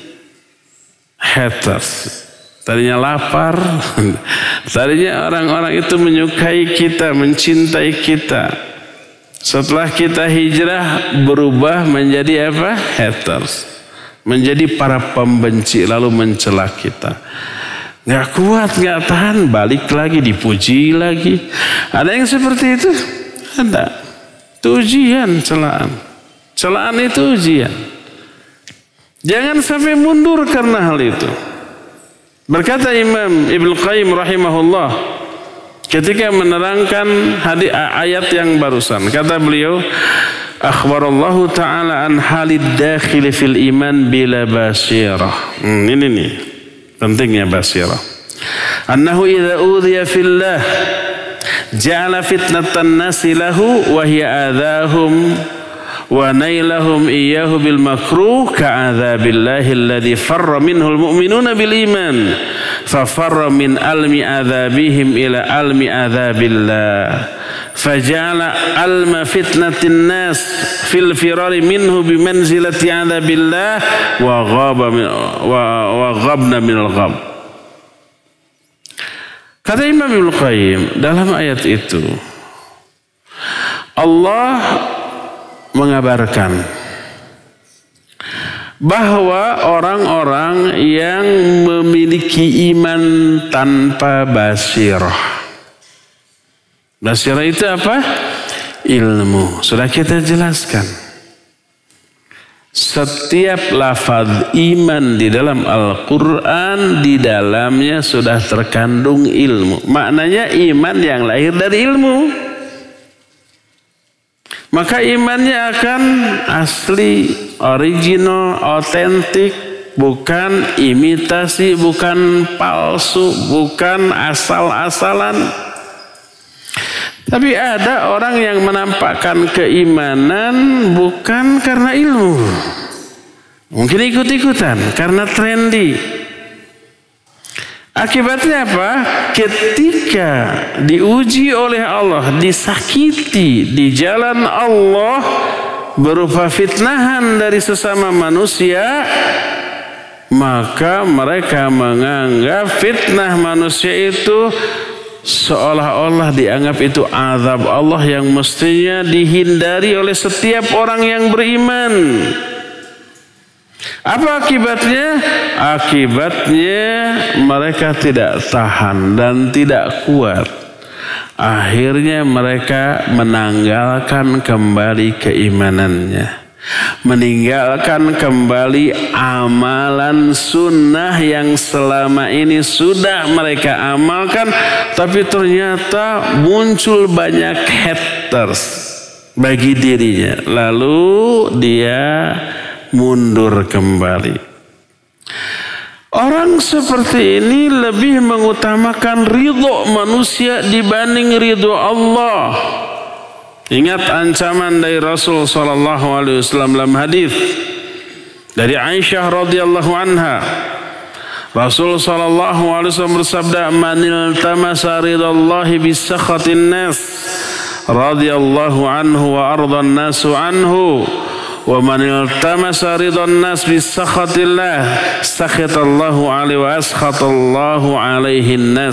haters. Tadinya lapar, tadinya orang-orang itu menyukai kita, mencintai kita. Setelah kita hijrah berubah menjadi apa? Haters. Menjadi para pembenci, lalu mencela kita. Gak kuat, gak tahan, balik lagi, dipuji lagi. Ada yang seperti itu? Ada. Itu ujian, celaan. Celaan itu ujian. Jangan sampai mundur karena hal itu. Berkata Imam Ibnu Qayyim rahimahullah ketika menerangkan ayat yang barusan, kata beliau, akhbarallahu ta'ala an halid dakhil fil iman bila basirah. Ini nih pentingnya basirah. Annahu idza udhiya fillah ja'ala fitnatan nasi lahu wa hiya adahum wa nailahum iyyahu bil makruh ka'adzabillahi alladhi farra minhu al mu'minuna bil iman fa farra min almi adzabihim ila almi adzabillah. Faja'ala alma fitnatin nas fil firari minhu bimanzilati adzabillah wa ghabna minal ghab. Kata Imam Ibnu Qayyim dalam ayat itu, Allah mengabarkan bahwa orang-orang yang memiliki iman tanpa basirah. Basirah itu apa? Ilmu. Sudah kita jelaskan. Setiap lafaz iman di dalam Al-Quran, di dalamnya sudah terkandung ilmu. Maknanya iman yang lahir dari ilmu. Maka imannya akan asli, original, otentik, bukan imitasi, bukan palsu, bukan asal-asalan. Tapi ada orang yang menampakkan keimanan bukan karena ilmu. Mungkin ikut-ikutan, karena trendy. Akibatnya apa? Ketika diuji oleh Allah, disakiti di jalan Allah berupa fitnahan dari sesama manusia, maka mereka menganggap fitnah manusia itu seolah-olah dianggap itu azab Allah yang mestinya dihindari oleh setiap orang yang beriman. Apa akibatnya? Akibatnya mereka tidak tahan dan tidak kuat. Akhirnya mereka menanggalkan kembali keimanannya. Meninggalkan kembali amalan sunnah yang selama ini sudah mereka amalkan. Tapi ternyata muncul banyak haters bagi dirinya. Lalu dia mundur kembali. Orang seperti ini lebih mengutamakan ridho manusia dibanding ridho Allah. Ingat ancaman dari Rasul sallallahu alaihi wasallam dalam hadis dari Aisyah radhiyallahu anha. Rasul sallallahu alaihi wasallam bersabda, "Man iltamasa ridallahi bisakhatin nas radhiyallahu anhu wa ardan nasu anhu." Wa man iltamasa ridhan nas bisakhatillah sakhatallahu alaihi wa askhatallahu alaihi nas.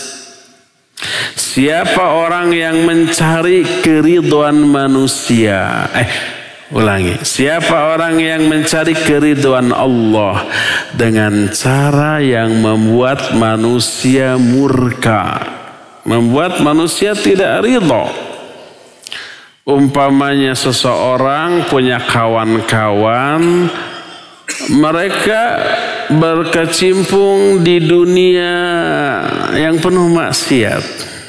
Siapa orang yang mencari keridhaan manusia? Ulangi. Siapa orang yang mencari keridhaan Allah dengan cara yang membuat manusia murka, membuat manusia tidak ridha. Umpamanya seseorang punya kawan-kawan, mereka berkecimpung di dunia yang penuh maksiat.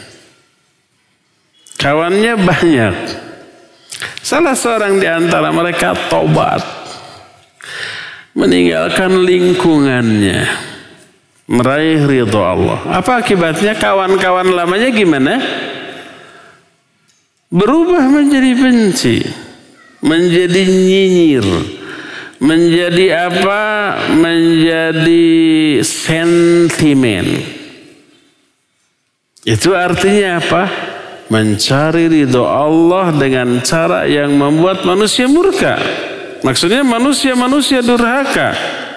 Kawannya banyak. Salah seorang di antara mereka tobat, meninggalkan lingkungannya, meraih ridho Allah. Apa akibatnya? Kawan-kawan lamanya gimana? Berubah menjadi benci, menjadi nyinyir, menjadi apa? Menjadi sentimen. Itu artinya apa? Mencari ridho Allah dengan cara yang membuat manusia murka. Maksudnya manusia durhaka.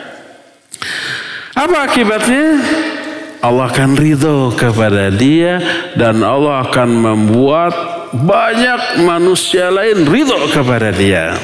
Apa akibatnya? Allah akan ridho kepada dia dan Allah akan membuat banyak manusia lain ridho kepada dia.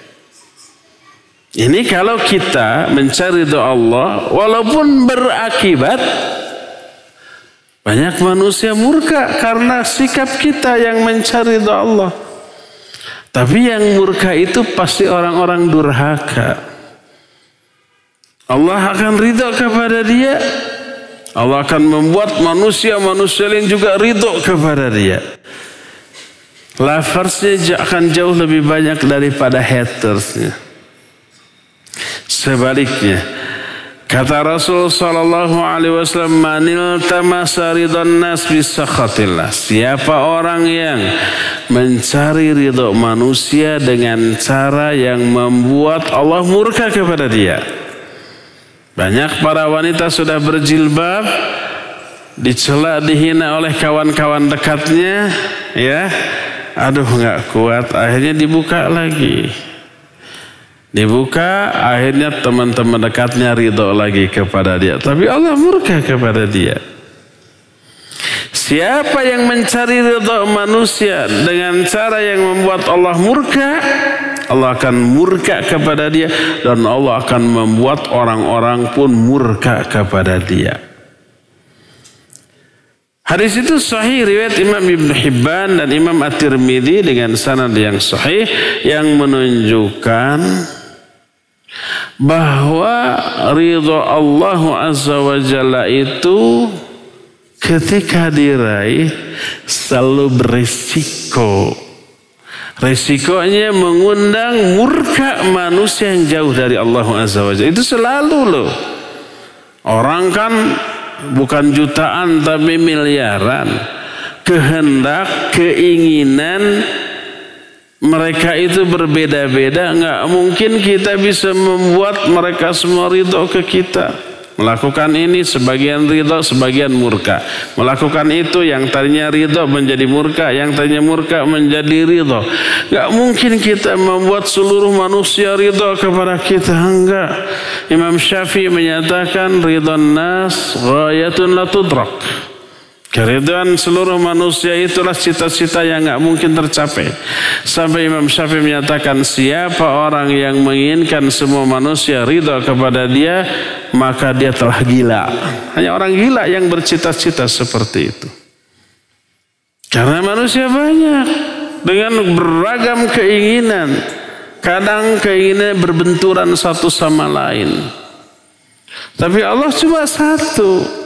Ini kalau kita mencari ridho Allah, walaupun berakibat banyak manusia murka karena sikap kita yang mencari ridho Allah. Tapi yang murka itu pasti orang-orang durhaka. Allah akan ridho kepada dia. Allah akan membuat manusia-manusia lain juga ridho kepada dia. Loversnya akan jauh lebih banyak daripada hatersnya. Sebaliknya, kata Rasul sallallahu alaihi wasallam, "Manil tamasa ridhan nas bisakhatillah." Siapa orang yang mencari ridho manusia dengan cara yang membuat Allah murka kepada dia. Banyak para wanita sudah berjilbab, dicela, dihina oleh kawan-kawan dekatnya, ya. Aduh, nggak kuat, akhirnya dibuka lagi. Dibuka, akhirnya teman-teman dekatnya ridho lagi kepada dia. Tapi Allah murka kepada dia. Siapa yang mencari ridha manusia dengan cara yang membuat Allah murka, Allah akan murka kepada dia, dan Allah akan membuat orang-orang pun murka kepada dia. Hadis itu sahih riwayat Imam Ibn Hibban dan Imam At-Tirmidzi dengan sanad yang sahih yang menunjukkan bahwa ridha Allah Azza wa Jalla itu ketika diraih selalu berisiko. Resikonya mengundang murka manusia yang jauh dari Allah Azza wa Jalla. Itu selalu loh. Orang kan bukan jutaan tapi miliaran. Kehendak, keinginan mereka itu berbeda-beda. Nggak mungkin kita bisa membuat mereka semua ridho ke kita. Melakukan ini sebagian ridho, sebagian murka. Melakukan itu yang tadinya ridho menjadi murka, yang tadinya murka menjadi ridho. Gak mungkin kita membuat seluruh manusia ridho kepada kita. Enggak. Imam Syafi'i menyatakan ridhon nas ghayatun la tudrak. Keridhaan seluruh manusia itulah cita-cita yang gak mungkin tercapai. Sampai Imam Syafi'i menyatakan siapa orang yang menginginkan semua manusia ridha kepada dia, maka dia telah gila. Hanya orang gila yang bercita-cita seperti itu. Karena manusia banyak dengan beragam keinginan. Kadang keinginan berbenturan satu sama lain. Tapi Allah cuma satu.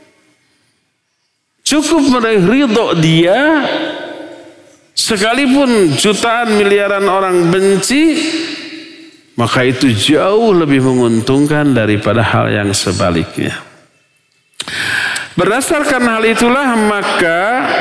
Cukup meraih ridho dia, sekalipun jutaan miliaran orang benci, maka itu jauh lebih menguntungkan daripada hal yang sebaliknya. Berdasarkan hal itulah maka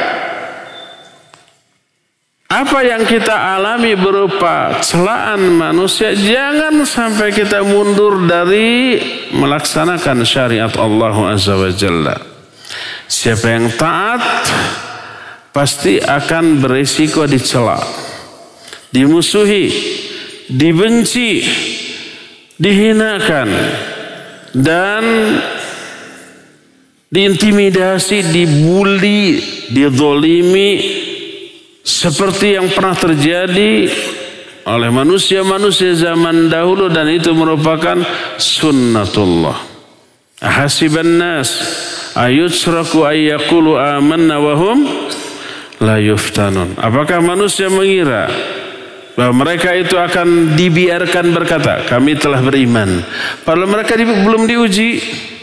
apa yang kita alami berupa celaan manusia, jangan sampai kita mundur dari melaksanakan syariat Allah Azza wa Jalla. Siapa yang taat pasti akan berisiko dicela, dimusuhi, dibenci, dihinakan, dan diintimidasi, dibuli, dizolimi, seperti yang pernah terjadi oleh manusia-manusia zaman dahulu, dan itu merupakan sunnatullah. Ahasiban nas ayutsraku ayyaqulu amanna wa hum la yuftanun. Apakah manusia mengira bahwa mereka itu akan dibiarkan berkata kami telah beriman, padahal mereka belum diuji?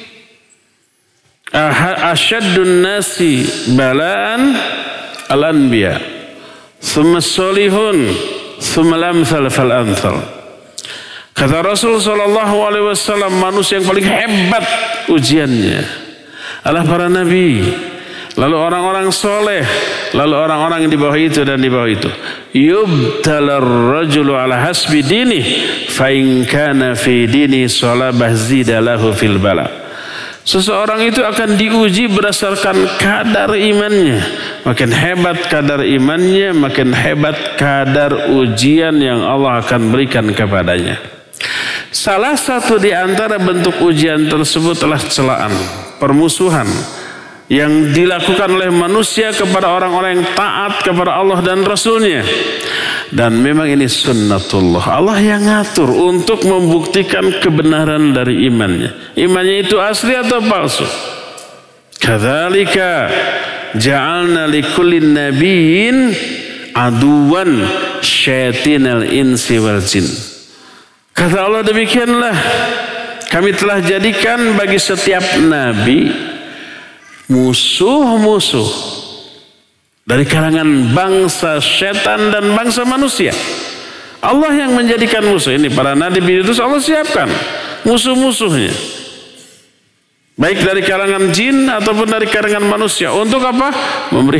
Asyaddun nasi bala'an al-anbiya thumma salihun thumma lamthal fal amthal. Kata Rasul sallallahu alaihi wasallam, manusia yang paling hebat ujiannya adalah para nabi, lalu orang-orang soleh, lalu orang-orang yang di bawah itu dan di bawah itu. Yubtalar rajulu ala hasbi dini, fa in kana fi dini salabah zidalahu fil bala. Seseorang itu akan diuji berdasarkan kadar imannya. Makin hebat kadar imannya, makin hebat kadar ujian yang Allah akan berikan kepadanya. Salah satu di antara bentuk ujian tersebut adalah celaan, permusuhan yang dilakukan oleh manusia kepada orang-orang yang taat kepada Allah dan Rasulnya. Dan memang ini sunnatullah. Allah yang ngatur untuk membuktikan kebenaran dari imannya. Imannya itu asli atau palsu. Kadzalika ja'alna likullin nabiyyin aduwan syaitinal insi wal jin. Kata Allah, demikianlah kami telah jadikan bagi setiap nabi musuh-musuh dari kalangan bangsa setan dan bangsa manusia. Allah yang menjadikan musuh. Ini para nabi itu Allah siapkan musuh-musuhnya, baik dari kalangan jin ataupun dari kalangan manusia. Untuk apa? Memberi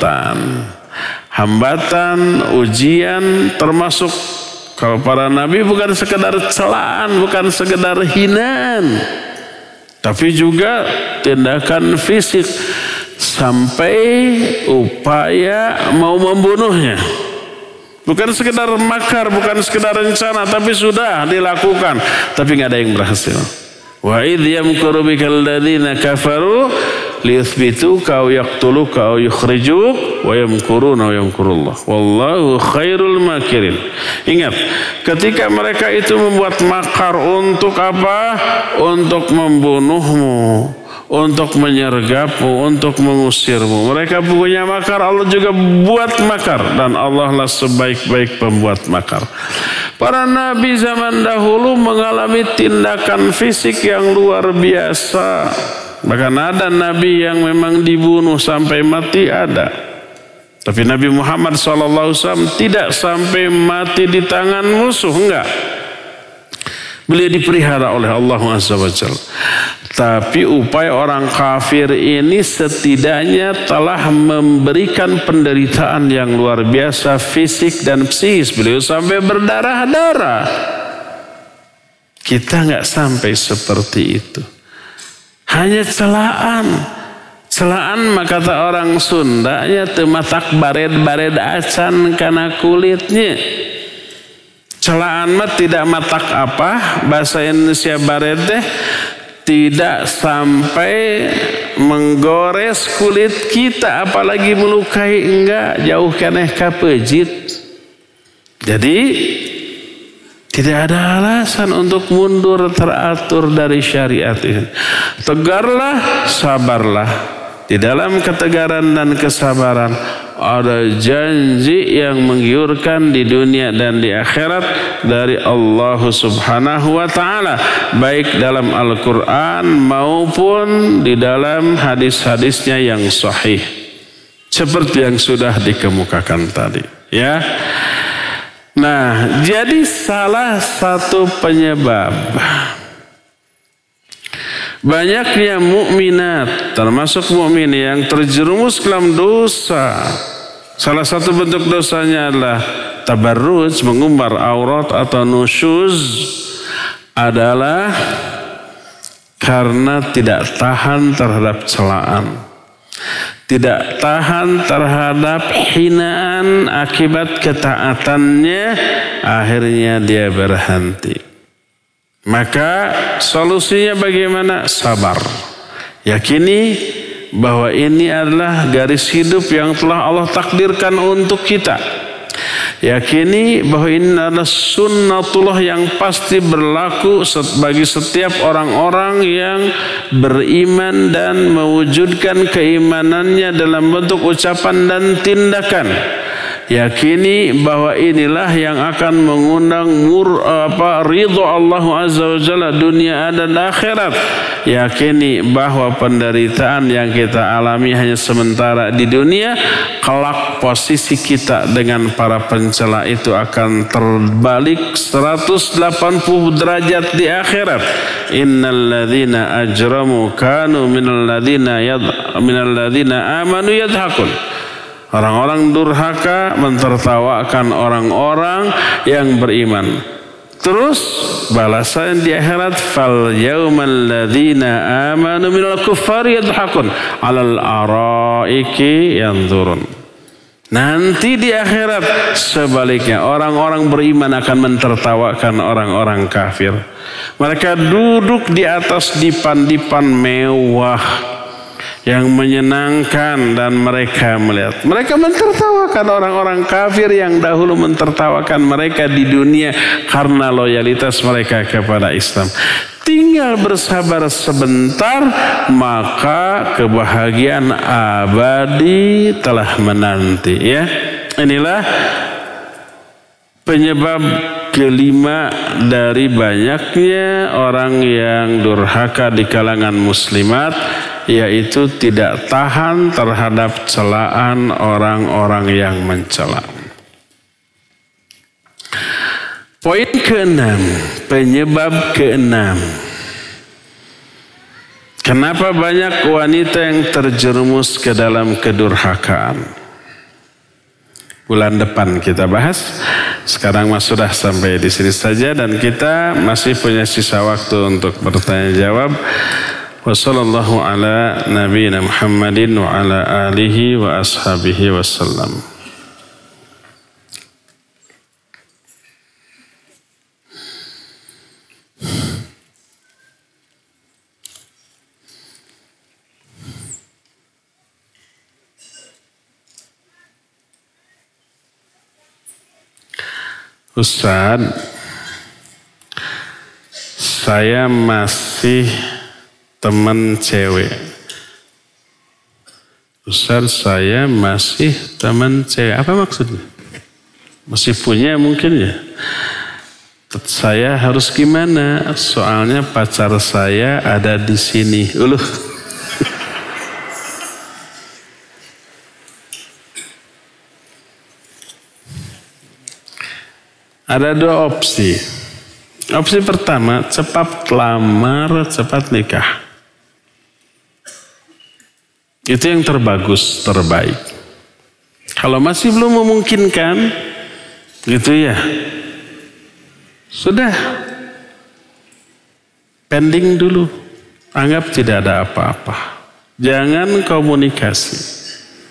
hambatan, ujian, termasuk kalau para nabi bukan sekedar celaan, bukan sekedar hinaan, tapi juga tindakan fisik sampai upaya mau membunuhnya. Bukan sekedar makar, bukan sekedar rencana, tapi sudah dilakukan, tapi nggak ada yang berhasil. Wa idh yamkuru bikal ladzina kafaru liyuthbituka aw yaqtuluka aw yukhrijuk wa yamkuruna wa yamkurullah wallahu khairul makirin. Ingat, ketika mereka itu membuat makar untuk apa? Untuk membunuhmu, untuk menyergapmu, untuk mengusirmu. Mereka punya makar, Allah juga buat makar, dan Allah lah sebaik-baik pembuat makar. Para nabi zaman dahulu mengalami tindakan fisik yang luar biasa. Bahkan ada nabi yang memang dibunuh sampai mati, ada. Tapi Nabi Muhammad SAW tidak sampai mati di tangan musuh, enggak. Beliau dipelihara oleh Allah Azza wa Jalla. Tapi upaya orang kafir ini setidaknya telah memberikan penderitaan yang luar biasa fisik dan psikis. Beliau sampai berdarah-darah. Kita nggak sampai seperti itu. Hanya celaan. Celaan mah kata orang Sunda nya teu matak bared-bared acan kana kulitnya. Celaan mah tidak matak apa? Bahasa Indonesia bared teh tidak sampai menggores kulit kita, apalagi melukai, enggak, jauh keneh kapejit. Jadi tidak ada alasan untuk mundur teratur dari syariat ini. Tegarlah, sabarlah. Di dalam ketegaran dan kesabaran ada janji yang menggiurkan di dunia dan di akhirat dari Allah Subhanahu wa taala, baik dalam Al-Qur'an maupun di dalam hadis-hadisnya yang sahih. Seperti yang sudah dikemukakan tadi, ya. Nah, jadi salah satu penyebab banyaknya mukminat, termasuk mukmin yang terjerumus ke dalam dosa. Salah satu bentuk dosanya adalah tabarruj, mengumbar aurat atau nusyuz, adalah karena tidak tahan terhadap celaan, tidak tahan terhadap hinaan akibat ketaatannya, akhirnya dia berhenti. Maka solusinya bagaimana? Sabar. Yakini bahwa ini adalah garis hidup yang telah Allah takdirkan untuk kita. Yakini bahwa ini adalah sunnatullah yang pasti berlaku bagi setiap orang-orang yang beriman dan mewujudkan keimanannya dalam bentuk ucapan dan tindakan. Yakini bahwa inilah yang akan mengundang ridho Allah Azza wa Jalla dunia dan akhirat. Yakini bahwa penderitaan yang kita alami hanya sementara di dunia, kelak posisi kita dengan para pencela itu akan terbalik 180 derajat di akhirat. Innalladzina ajramu kanu minalladzina amanu yadhakun. Orang-orang durhaka mentertawakan orang-orang yang beriman. Terus balasan di akhirat, fal yaumal ladzina amanu minal kuffari yadhakun 'alal araiki yanzurun. Nanti di akhirat sebaliknya, orang-orang beriman akan mentertawakan orang-orang kafir. Mereka duduk di atas dipan-dipan mewah yang menyenangkan, dan mereka melihat, mereka mentertawakan orang-orang kafir yang dahulu mentertawakan mereka di dunia karena loyalitas mereka kepada Islam. Tinggal bersabar sebentar, maka kebahagiaan abadi telah menanti, ya. Inilah penyebab kelima dari banyaknya orang yang durhaka di kalangan muslimat, yaitu tidak tahan terhadap celaan orang-orang yang mencela. Poin keenam, penyebab keenam. Kenapa banyak wanita yang terjerumus ke dalam kedurhakaan? Bulan depan kita bahas. Sekarang mas sudah sampai di sini saja, dan kita masih punya sisa waktu untuk bertanya jawab. Wassallallahu ala nabiyina Muhammadin wa ala alihi wa ashabihi wasallam. Ustaz, saya masih teman cewek. Ustaz, saya masih teman cewek. Apa maksudnya? Masih punya mungkin ya. Saya harus gimana? Soalnya pacar saya ada di sini. Uluh. Ada dua opsi. Opsi pertama, cepat lamar, cepat nikah. Itu yang terbagus, terbaik. Kalau masih belum memungkinkan, gitu ya, sudah, pending dulu. Anggap tidak ada apa-apa. Jangan komunikasi.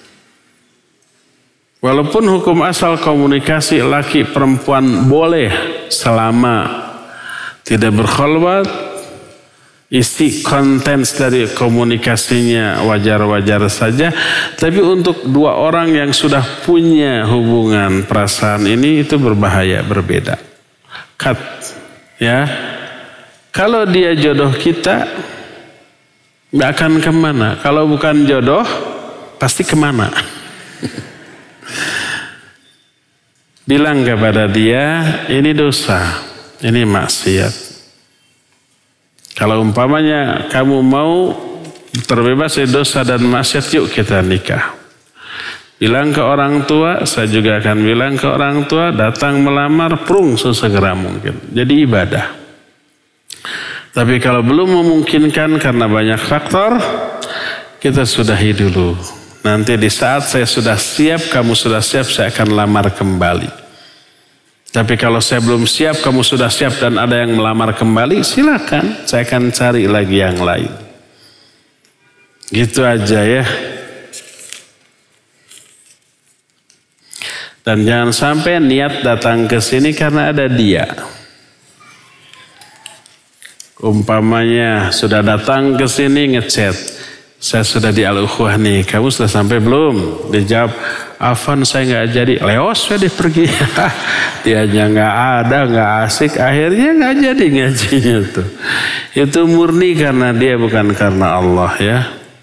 Walaupun hukum asal komunikasi laki perempuan boleh selama tidak berkholwat, isi konten dari komunikasinya wajar-wajar saja. Tapi untuk dua orang yang sudah punya hubungan perasaan ini itu berbahaya, berbeda. Cut, ya. Kalau dia jodoh kita, nggak akan kemana. Kalau bukan jodoh, pasti kemana. Bilang kepada dia, ini dosa, ini maksiat. Kalau umpamanya kamu mau terbebas dari dosa dan maksiat, yuk kita nikah. Bilang ke orang tua, saya juga akan bilang ke orang tua, datang melamar, prung sesegera mungkin. Jadi ibadah. Tapi kalau belum memungkinkan karena banyak faktor, kita sudahi dulu. Nanti di saat saya sudah siap, kamu sudah siap, saya akan lamar kembali. Tapi kalau saya belum siap, kamu sudah siap dan ada yang melamar kembali, silakan. Saya akan cari lagi yang lain. Gitu aja ya. Dan jangan sampai niat datang ke sini karena ada dia. Umpamanya sudah datang ke sini ngechat, saya sudah di Al-Ukhuwah nih, kamu sudah sampai belum? Dijawab, Afan saya nggak jadi, leos saya pergi. Dianya nggak ada, nggak asik, akhirnya nggak jadi ngajinya tuh. Itu murni karena dia, bukan karena Allah ya.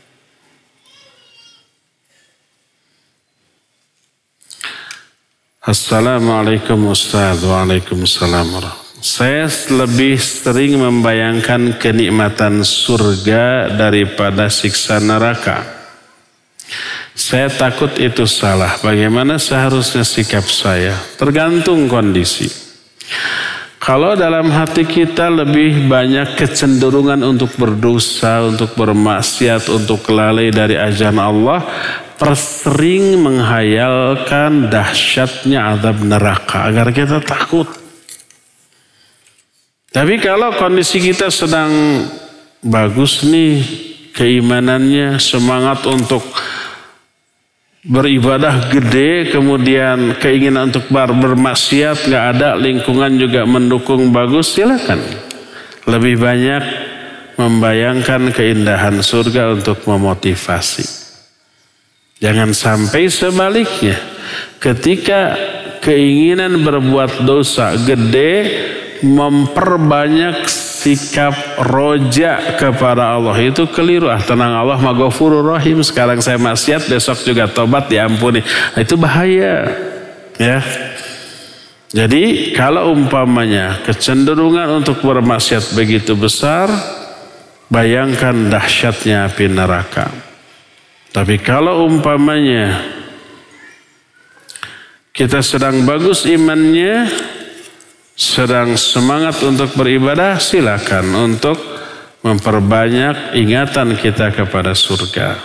Assalamualaikum Ustaz. Waalaikumsalam warahmatullahi. Saya lebih sering membayangkan kenikmatan surga daripada siksa neraka. Saya takut itu salah. Bagaimana seharusnya sikap saya? Tergantung kondisi. Kalau dalam hati kita lebih banyak kecenderungan untuk berdosa, untuk bermaksiat, untuk lalai dari ajaran Allah, persering menghayalkan dahsyatnya azab neraka agar kita takut. Tapi kalau kondisi kita sedang bagus nih, keimanannya, semangat untuk beribadah gede, kemudian keinginan untuk bermaksiat nggak ada, lingkungan juga mendukung bagus, silakan. Lebih banyak membayangkan keindahan surga untuk memotivasi. Jangan sampai sebaliknya, ketika keinginan berbuat dosa gede, memperbanyak sikap roja kepada Allah, itu keliru. Tenang, Allah Maghfurur Rahim. Sekarang saya maksiat, besok juga tobat, diampuni. Itu bahaya ya. Jadi kalau umpamanya kecenderungan untuk bermaksiat begitu besar, bayangkan dahsyatnya api neraka. Tapi kalau umpamanya kita sedang bagus imannya, sedang semangat untuk beribadah, silakan untuk memperbanyak ingatan kita kepada surga.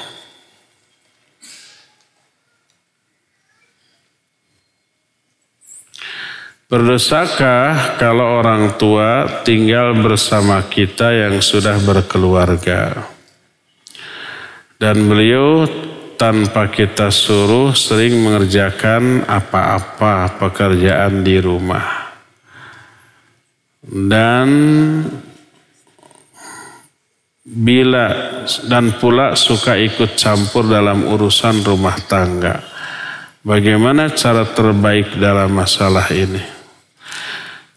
Berdosakah kalau orang tua tinggal bersama kita yang sudah berkeluarga dan beliau tanpa kita suruh sering mengerjakan apa-apa pekerjaan di rumah? Dan pula suka ikut campur dalam urusan rumah tangga. Bagaimana cara terbaik dalam masalah ini?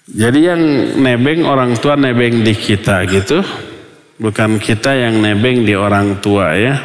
Jadi yang nebeng orang tua nebeng di kita gitu. Bukan kita yang nebeng di orang tua ya.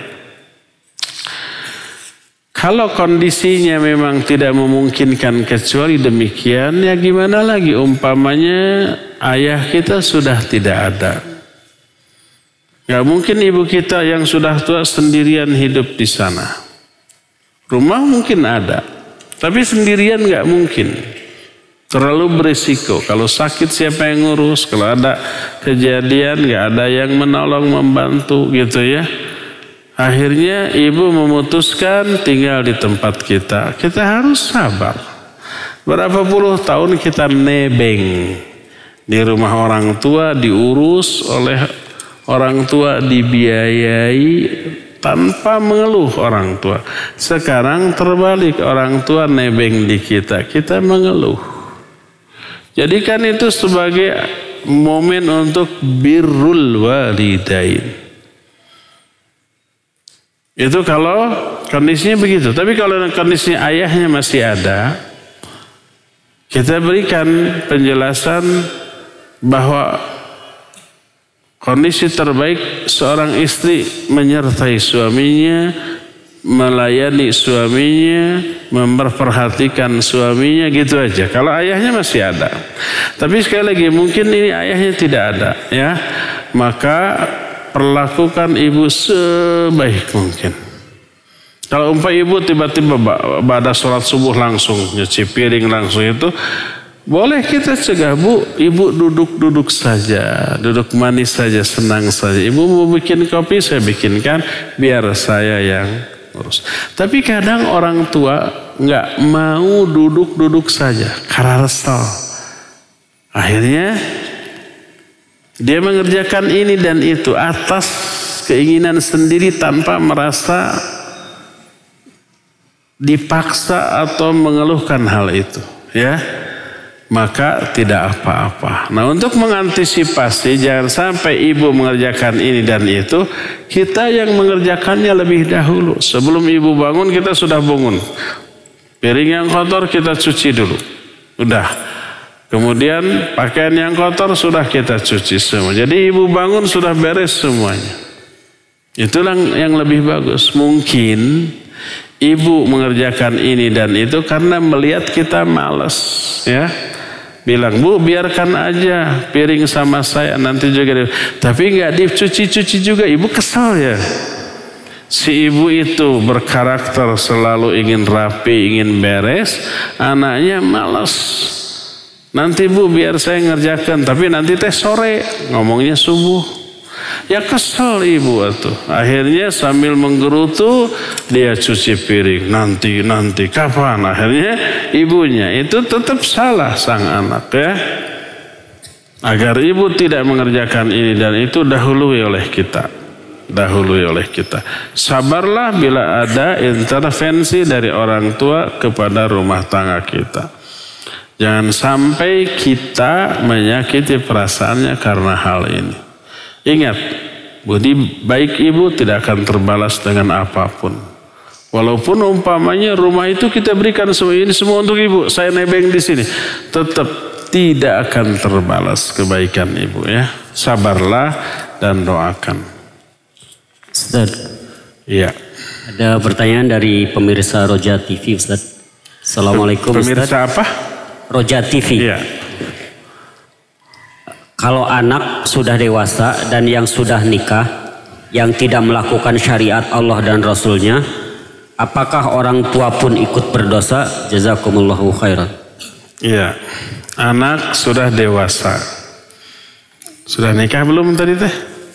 Kalau kondisinya memang tidak memungkinkan kecuali demikian, ya gimana lagi, umpamanya ayah kita sudah tidak ada. Gak mungkin ibu kita yang sudah tua sendirian hidup di sana. Rumah mungkin ada, tapi sendirian gak mungkin. Terlalu berisiko. Kalau sakit siapa yang ngurus, kalau ada kejadian gak ada yang menolong, membantu gitu ya. Akhirnya ibu memutuskan tinggal di tempat kita. Kita harus sabar. Berapa puluh tahun kita nebeng di rumah orang tua, diurus oleh orang tua, dibiayai tanpa mengeluh orang tua. Sekarang terbalik, orang tua nebeng di kita, kita mengeluh. Jadikan itu sebagai momen untuk birrul walidain. Itu kalau kondisinya begitu. Tapi kalau kondisinya ayahnya masih ada, kita berikan penjelasan bahwa kondisi terbaik seorang istri menyertai suaminya, melayani suaminya, memperhatikan suaminya, gitu aja. Kalau ayahnya masih ada. Tapi sekali lagi mungkin ini ayahnya tidak ada, ya. Maka perlakukan ibu sebaik mungkin. Kalau ibu tiba-tiba pada sholat subuh langsung nyuci piring langsung itu, boleh kita cegah, Bu, ibu duduk-duduk saja, duduk manis saja, senang saja. Ibu mau bikin kopi, saya bikinkan, biar saya yang urus. Tapi kadang orang tua nggak mau duduk-duduk saja karena resel. Akhirnya dia mengerjakan ini dan itu atas keinginan sendiri tanpa merasa dipaksa atau mengeluhkan hal itu, ya. Maka tidak apa-apa. Nah, untuk mengantisipasi jangan sampai ibu mengerjakan ini dan itu, kita yang mengerjakannya lebih dahulu. Sebelum ibu bangun kita sudah bangun. Piring yang kotor kita cuci dulu. Udah. Kemudian pakaian yang kotor sudah kita cuci semua. Jadi ibu bangun sudah beres semuanya. Itulah yang lebih bagus. Mungkin ibu mengerjakan ini dan itu karena melihat kita malas, ya. Bilang, Bu, biarkan aja piring sama saya nanti juga. Tapi nggak dicuci-cuci juga, ibu kesal ya. Si ibu itu berkarakter selalu ingin rapi, ingin beres, anaknya malas. Nanti Bu biar saya ngerjakan, tapi nanti teh sore, ngomongnya subuh. Ya kesel ibu tuh. Akhirnya sambil menggerutu dia cuci piring. Nanti kapan? Akhirnya ibunya itu tetap salah sang anak, ya. Agar ibu tidak mengerjakan ini dan itu dahului oleh kita. Sabarlah bila ada intervensi dari orang tua kepada rumah tangga kita. Jangan sampai kita menyakiti perasaannya karena hal ini. Ingat, budi baik ibu tidak akan terbalas dengan apapun. Walaupun umpamanya rumah itu kita berikan semua ini semua untuk ibu, saya nebeng di sini, tetap tidak akan terbalas kebaikan ibu, ya. Sabarlah dan doakan. Ustaz. Iya. Ada pertanyaan dari pemirsa Roja TV, Ustaz. Assalamualaikum, Ustaz. Pemirsa apa? Roja TV. Iya. Kalau anak sudah dewasa dan yang sudah nikah, yang tidak melakukan syariat Allah dan Rasulnya, apakah orang tua pun ikut berdosa? Jazakumullahu khairan. Iya. Anak sudah dewasa. Sudah nikah belum tadi teh?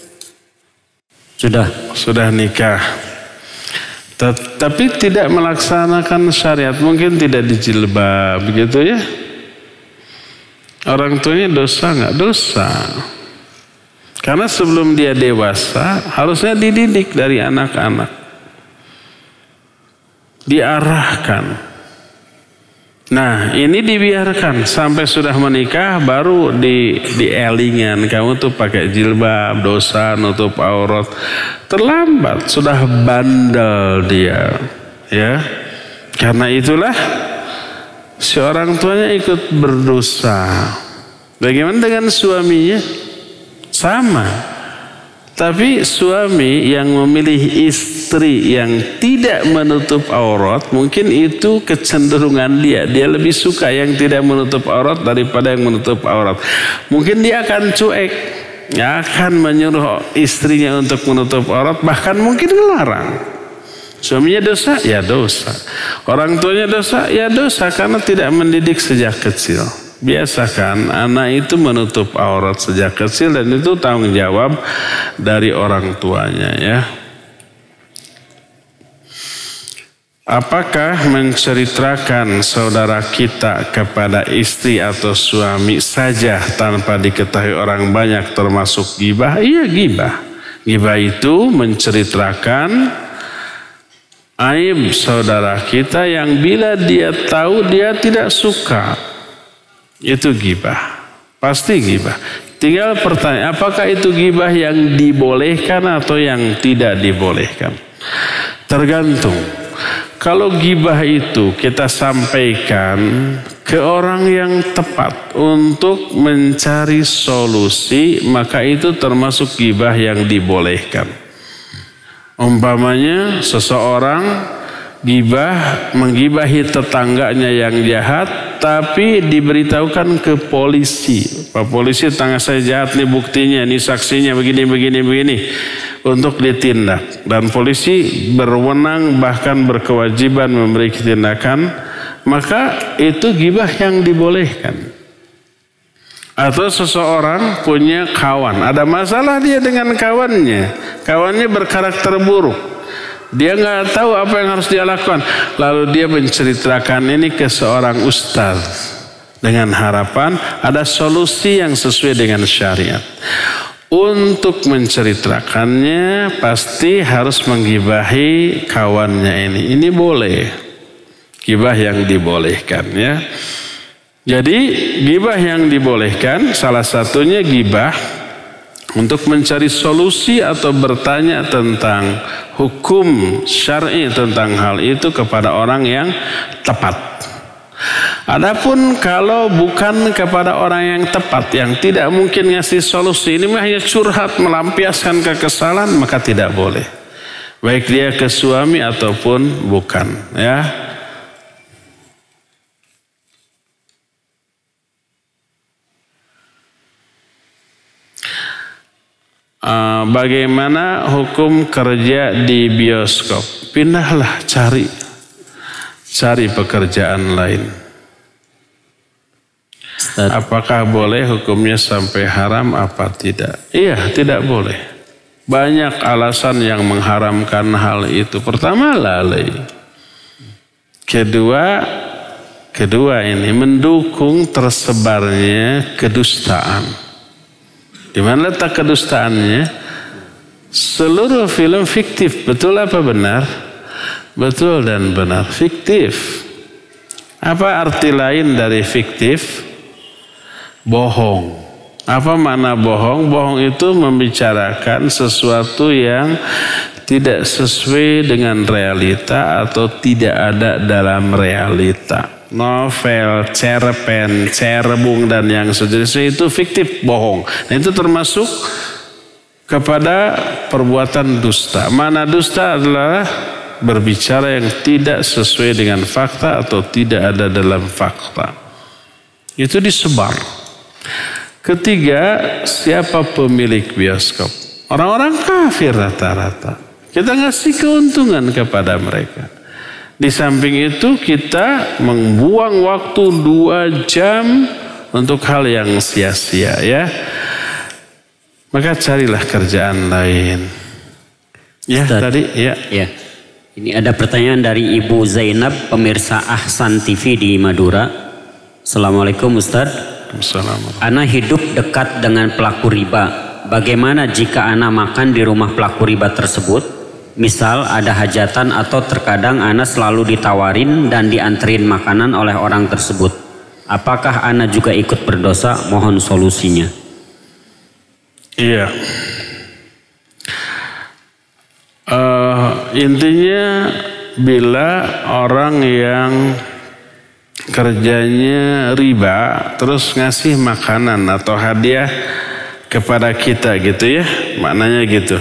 Sudah nikah. Tapi tidak melaksanakan syariat, mungkin tidak dijilbab begitu ya. Orang tuanya dosa nggak? Dosa. Karena sebelum dia dewasa harusnya dididik dari anak-anak. Diarahkan. Nah ini dibiarkan sampai sudah menikah baru dielingan. Kamu tuh pakai jilbab, dosa, nutup aurat. Terlambat, sudah bandel dia. Ya. Karena itulah si orang tuanya ikut berdosa. Bagaimana dengan suaminya? Sama. Tapi suami yang memilih istri yang tidak menutup aurat, mungkin itu kecenderungan dia. Dia lebih suka yang tidak menutup aurat daripada yang menutup aurat. Mungkin dia akan cuek, akan menyuruh istrinya untuk menutup aurat, bahkan mungkin melarang. Suaminya dosa, ya dosa. Orang tuanya dosa, ya dosa, karena tidak mendidik sejak kecil. Biasakan anak itu menutup aurat sejak kecil, dan itu tanggung jawab dari orang tuanya, ya. Apakah menceritakan saudara kita kepada istri atau suami saja tanpa diketahui orang banyak termasuk ghibah? Iya, ghibah. Ghibah itu menceritakan aib saudara kita yang bila dia tahu dia tidak suka. Itu ghibah, pasti ghibah. Tinggal pertanyaan, apakah itu ghibah yang dibolehkan atau yang tidak dibolehkan? Tergantung. Kalau ghibah itu kita sampaikan ke orang yang tepat untuk mencari solusi, maka itu termasuk ghibah yang dibolehkan. Umpamanya seseorang menggibahi tetangganya yang jahat, tapi diberitahukan ke polisi. Pak polisi, tetangga saya jahat, nih buktinya, nih saksinya, begini, untuk ditindak. Dan polisi berwenang bahkan berkewajiban memberi tindakan, maka itu ghibah yang dibolehkan. Atau seseorang punya kawan, ada masalah dia dengan kawannya berkarakter buruk. Dia nggak tahu apa yang harus dia lakukan. Lalu dia menceritakan ini ke seorang ustaz dengan harapan ada solusi yang sesuai dengan syariat. Untuk menceritakannya pasti harus menggibahi kawannya ini. Ini boleh. Ghibah yang dibolehkan, ya. Jadi ghibah yang dibolehkan salah satunya ghibah untuk mencari solusi atau bertanya tentang hukum syar'i tentang hal itu kepada orang yang tepat. Adapun kalau bukan kepada orang yang tepat, yang tidak mungkin ngasih solusi, ini hanya curhat melampiaskan kekesalan, maka tidak boleh. Baik dia ke suami ataupun bukan, ya. Bagaimana hukum kerja di bioskop? Pindahlah, cari pekerjaan lain. Ustaz. Apakah boleh hukumnya sampai haram apa tidak? Iya, tidak boleh. Banyak alasan yang mengharamkan hal itu. Pertama, lalai. Kedua ini mendukung tersebarnya kedustaan. Di mana letak kedustaannya? Seluruh film fiktif, betul apa benar? Betul dan benar, fiktif. Apa arti lain dari fiktif? Bohong. Apa makna bohong? Bohong itu membicarakan sesuatu yang tidak sesuai dengan realita atau tidak ada dalam realita. Novel, cerpen, cerbung dan yang sejenisnya itu fiktif, bohong. Nah, itu termasuk kepada perbuatan dusta. Mana dusta adalah berbicara yang tidak sesuai dengan fakta atau tidak ada dalam fakta. Itu disebar. Ketiga, siapa pemilik bioskop? Orang-orang kafir rata-rata. Kita ngasih keuntungan kepada mereka. Di samping itu kita membuang waktu 2 jam untuk hal yang sia-sia, ya. Maka carilah kerjaan lain. Ya, Ustaz, tadi ya. Ya. Ini ada pertanyaan dari Ibu Zainab, pemirsa Ahsan TV di Madura. Assalamualaikum Ustaz. Assalamualaikum. Ana hidup dekat dengan pelaku riba. Bagaimana jika ana makan di rumah pelaku riba tersebut? Misal ada hajatan atau terkadang ana selalu ditawarin dan dianterin makanan oleh orang tersebut. Apakah ana juga ikut berdosa? Mohon solusinya. Iya. Intinya bila orang yang kerjanya riba terus ngasih makanan atau hadiah kepada kita gitu ya, maknanya gitu.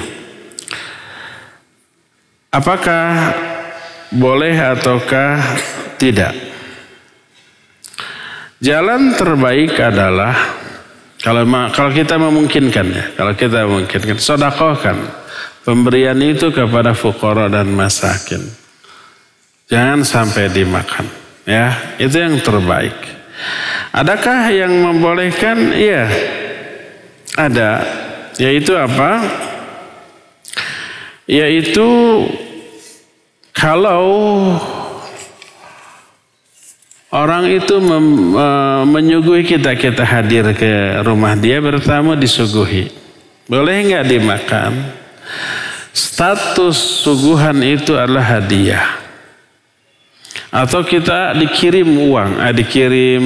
Apakah boleh ataukah tidak? Jalan terbaik adalah kalau kita memungkinkan ya, sedekahkan pemberian itu kepada fuqara dan masakin. Jangan sampai dimakan, ya, itu yang terbaik. Adakah yang membolehkan? Iya, ada. Yaitu apa? Yaitu kalau orang itu menyuguhi kita hadir ke rumah dia bertamu, disuguhi. Boleh nggak dimakan? Status suguhan itu adalah hadiah. Atau kita dikirim uang, dikirim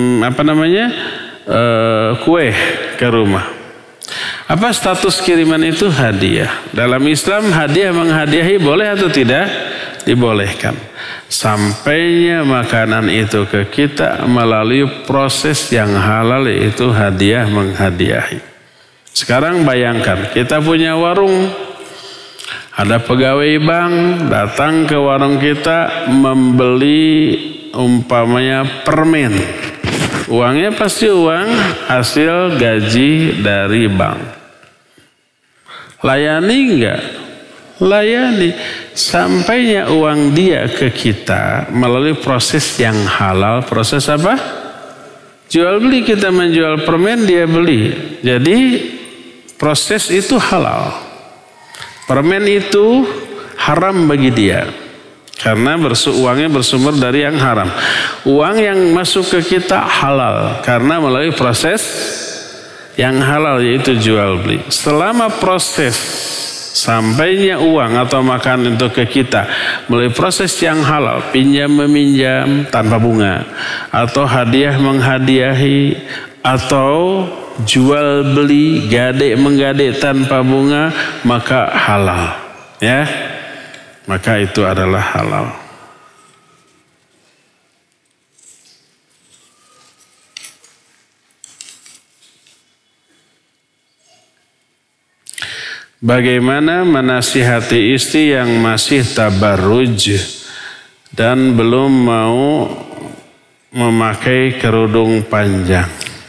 kue ke rumah. Apa status kiriman itu? Hadiah. Dalam Islam hadiah menghadiahi boleh atau tidak? Dibolehkan. Sampainya makanan itu ke kita melalui proses yang halal, yaitu hadiah menghadiahi. Sekarang bayangkan kita punya warung, ada pegawai bank datang ke warung kita membeli umpamanya permen. Uangnya pasti uang hasil gaji dari bank. Layani enggak? Layani. Sampainya uang dia ke kita melalui proses yang halal. Proses apa? Jual beli. Kita menjual permen, dia beli. Jadi proses itu halal. Permen itu haram bagi dia karena uangnya bersumber dari yang haram. Uang yang masuk ke kita halal karena melalui proses yang halal, yaitu jual beli. Selama proses sampainya uang atau makanan itu ke kita melalui proses yang halal, pinjam meminjam tanpa bunga, atau hadiah menghadiahi, atau jual beli gade menggade tanpa bunga, maka halal, ya, maka itu adalah halal. Bagaimana menasihati istri yang masih tabarruj dan belum mau memakai kerudung panjang?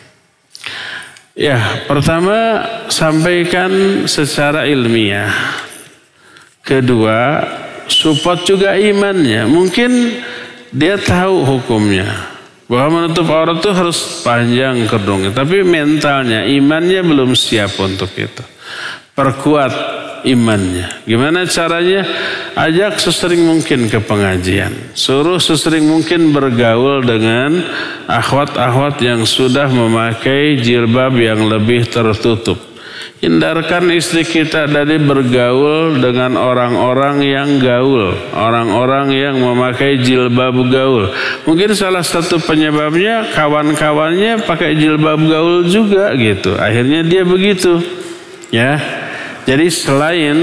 Ya, pertama sampaikan secara ilmiah. Kedua, support juga imannya. Mungkin dia tahu hukumnya bahwa menutup aurat itu harus panjang kerudungnya, tapi mentalnya, imannya belum siap untuk itu. Perkuat imannya. Gimana caranya? Ajak sesering mungkin ke pengajian. Suruh sesering mungkin bergaul dengan akhwat-akhwat yang sudah memakai jilbab yang lebih tertutup. Hindarkan istri kita dari bergaul dengan orang-orang yang gaul, orang-orang yang memakai jilbab gaul. Mungkin salah satu penyebabnya kawan-kawannya pakai jilbab gaul juga gitu. Akhirnya dia begitu. Ya. Jadi selain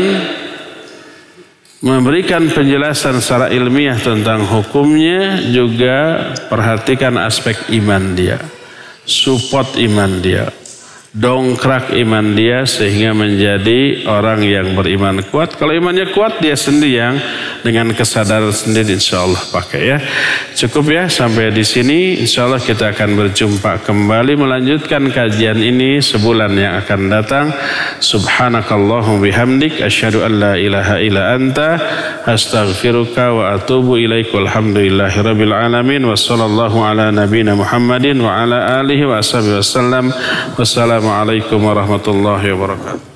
memberikan penjelasan secara ilmiah tentang hukumnya, juga perhatikan aspek iman dia, support iman dia, dongkrak iman dia sehingga menjadi orang yang beriman kuat. Kalau imannya kuat, dia sendiri yang dengan kesadaran sendiri insya Allah pakai, ya. Cukup ya sampai di sini. Insya Allah kita akan berjumpa kembali melanjutkan kajian ini sebulan yang akan datang. Subhanakallahumma bihamdik asyhadu an la ilaha illa anta astaghfiruka wa atubu ilaik. Walhamdulillahirabbil alamin wa sallallahu ala nabiyyina Muhammadin wa ala alihi wa ashabihi wasallam. Wassalamualaikum warahmatullahi wabarakatuh.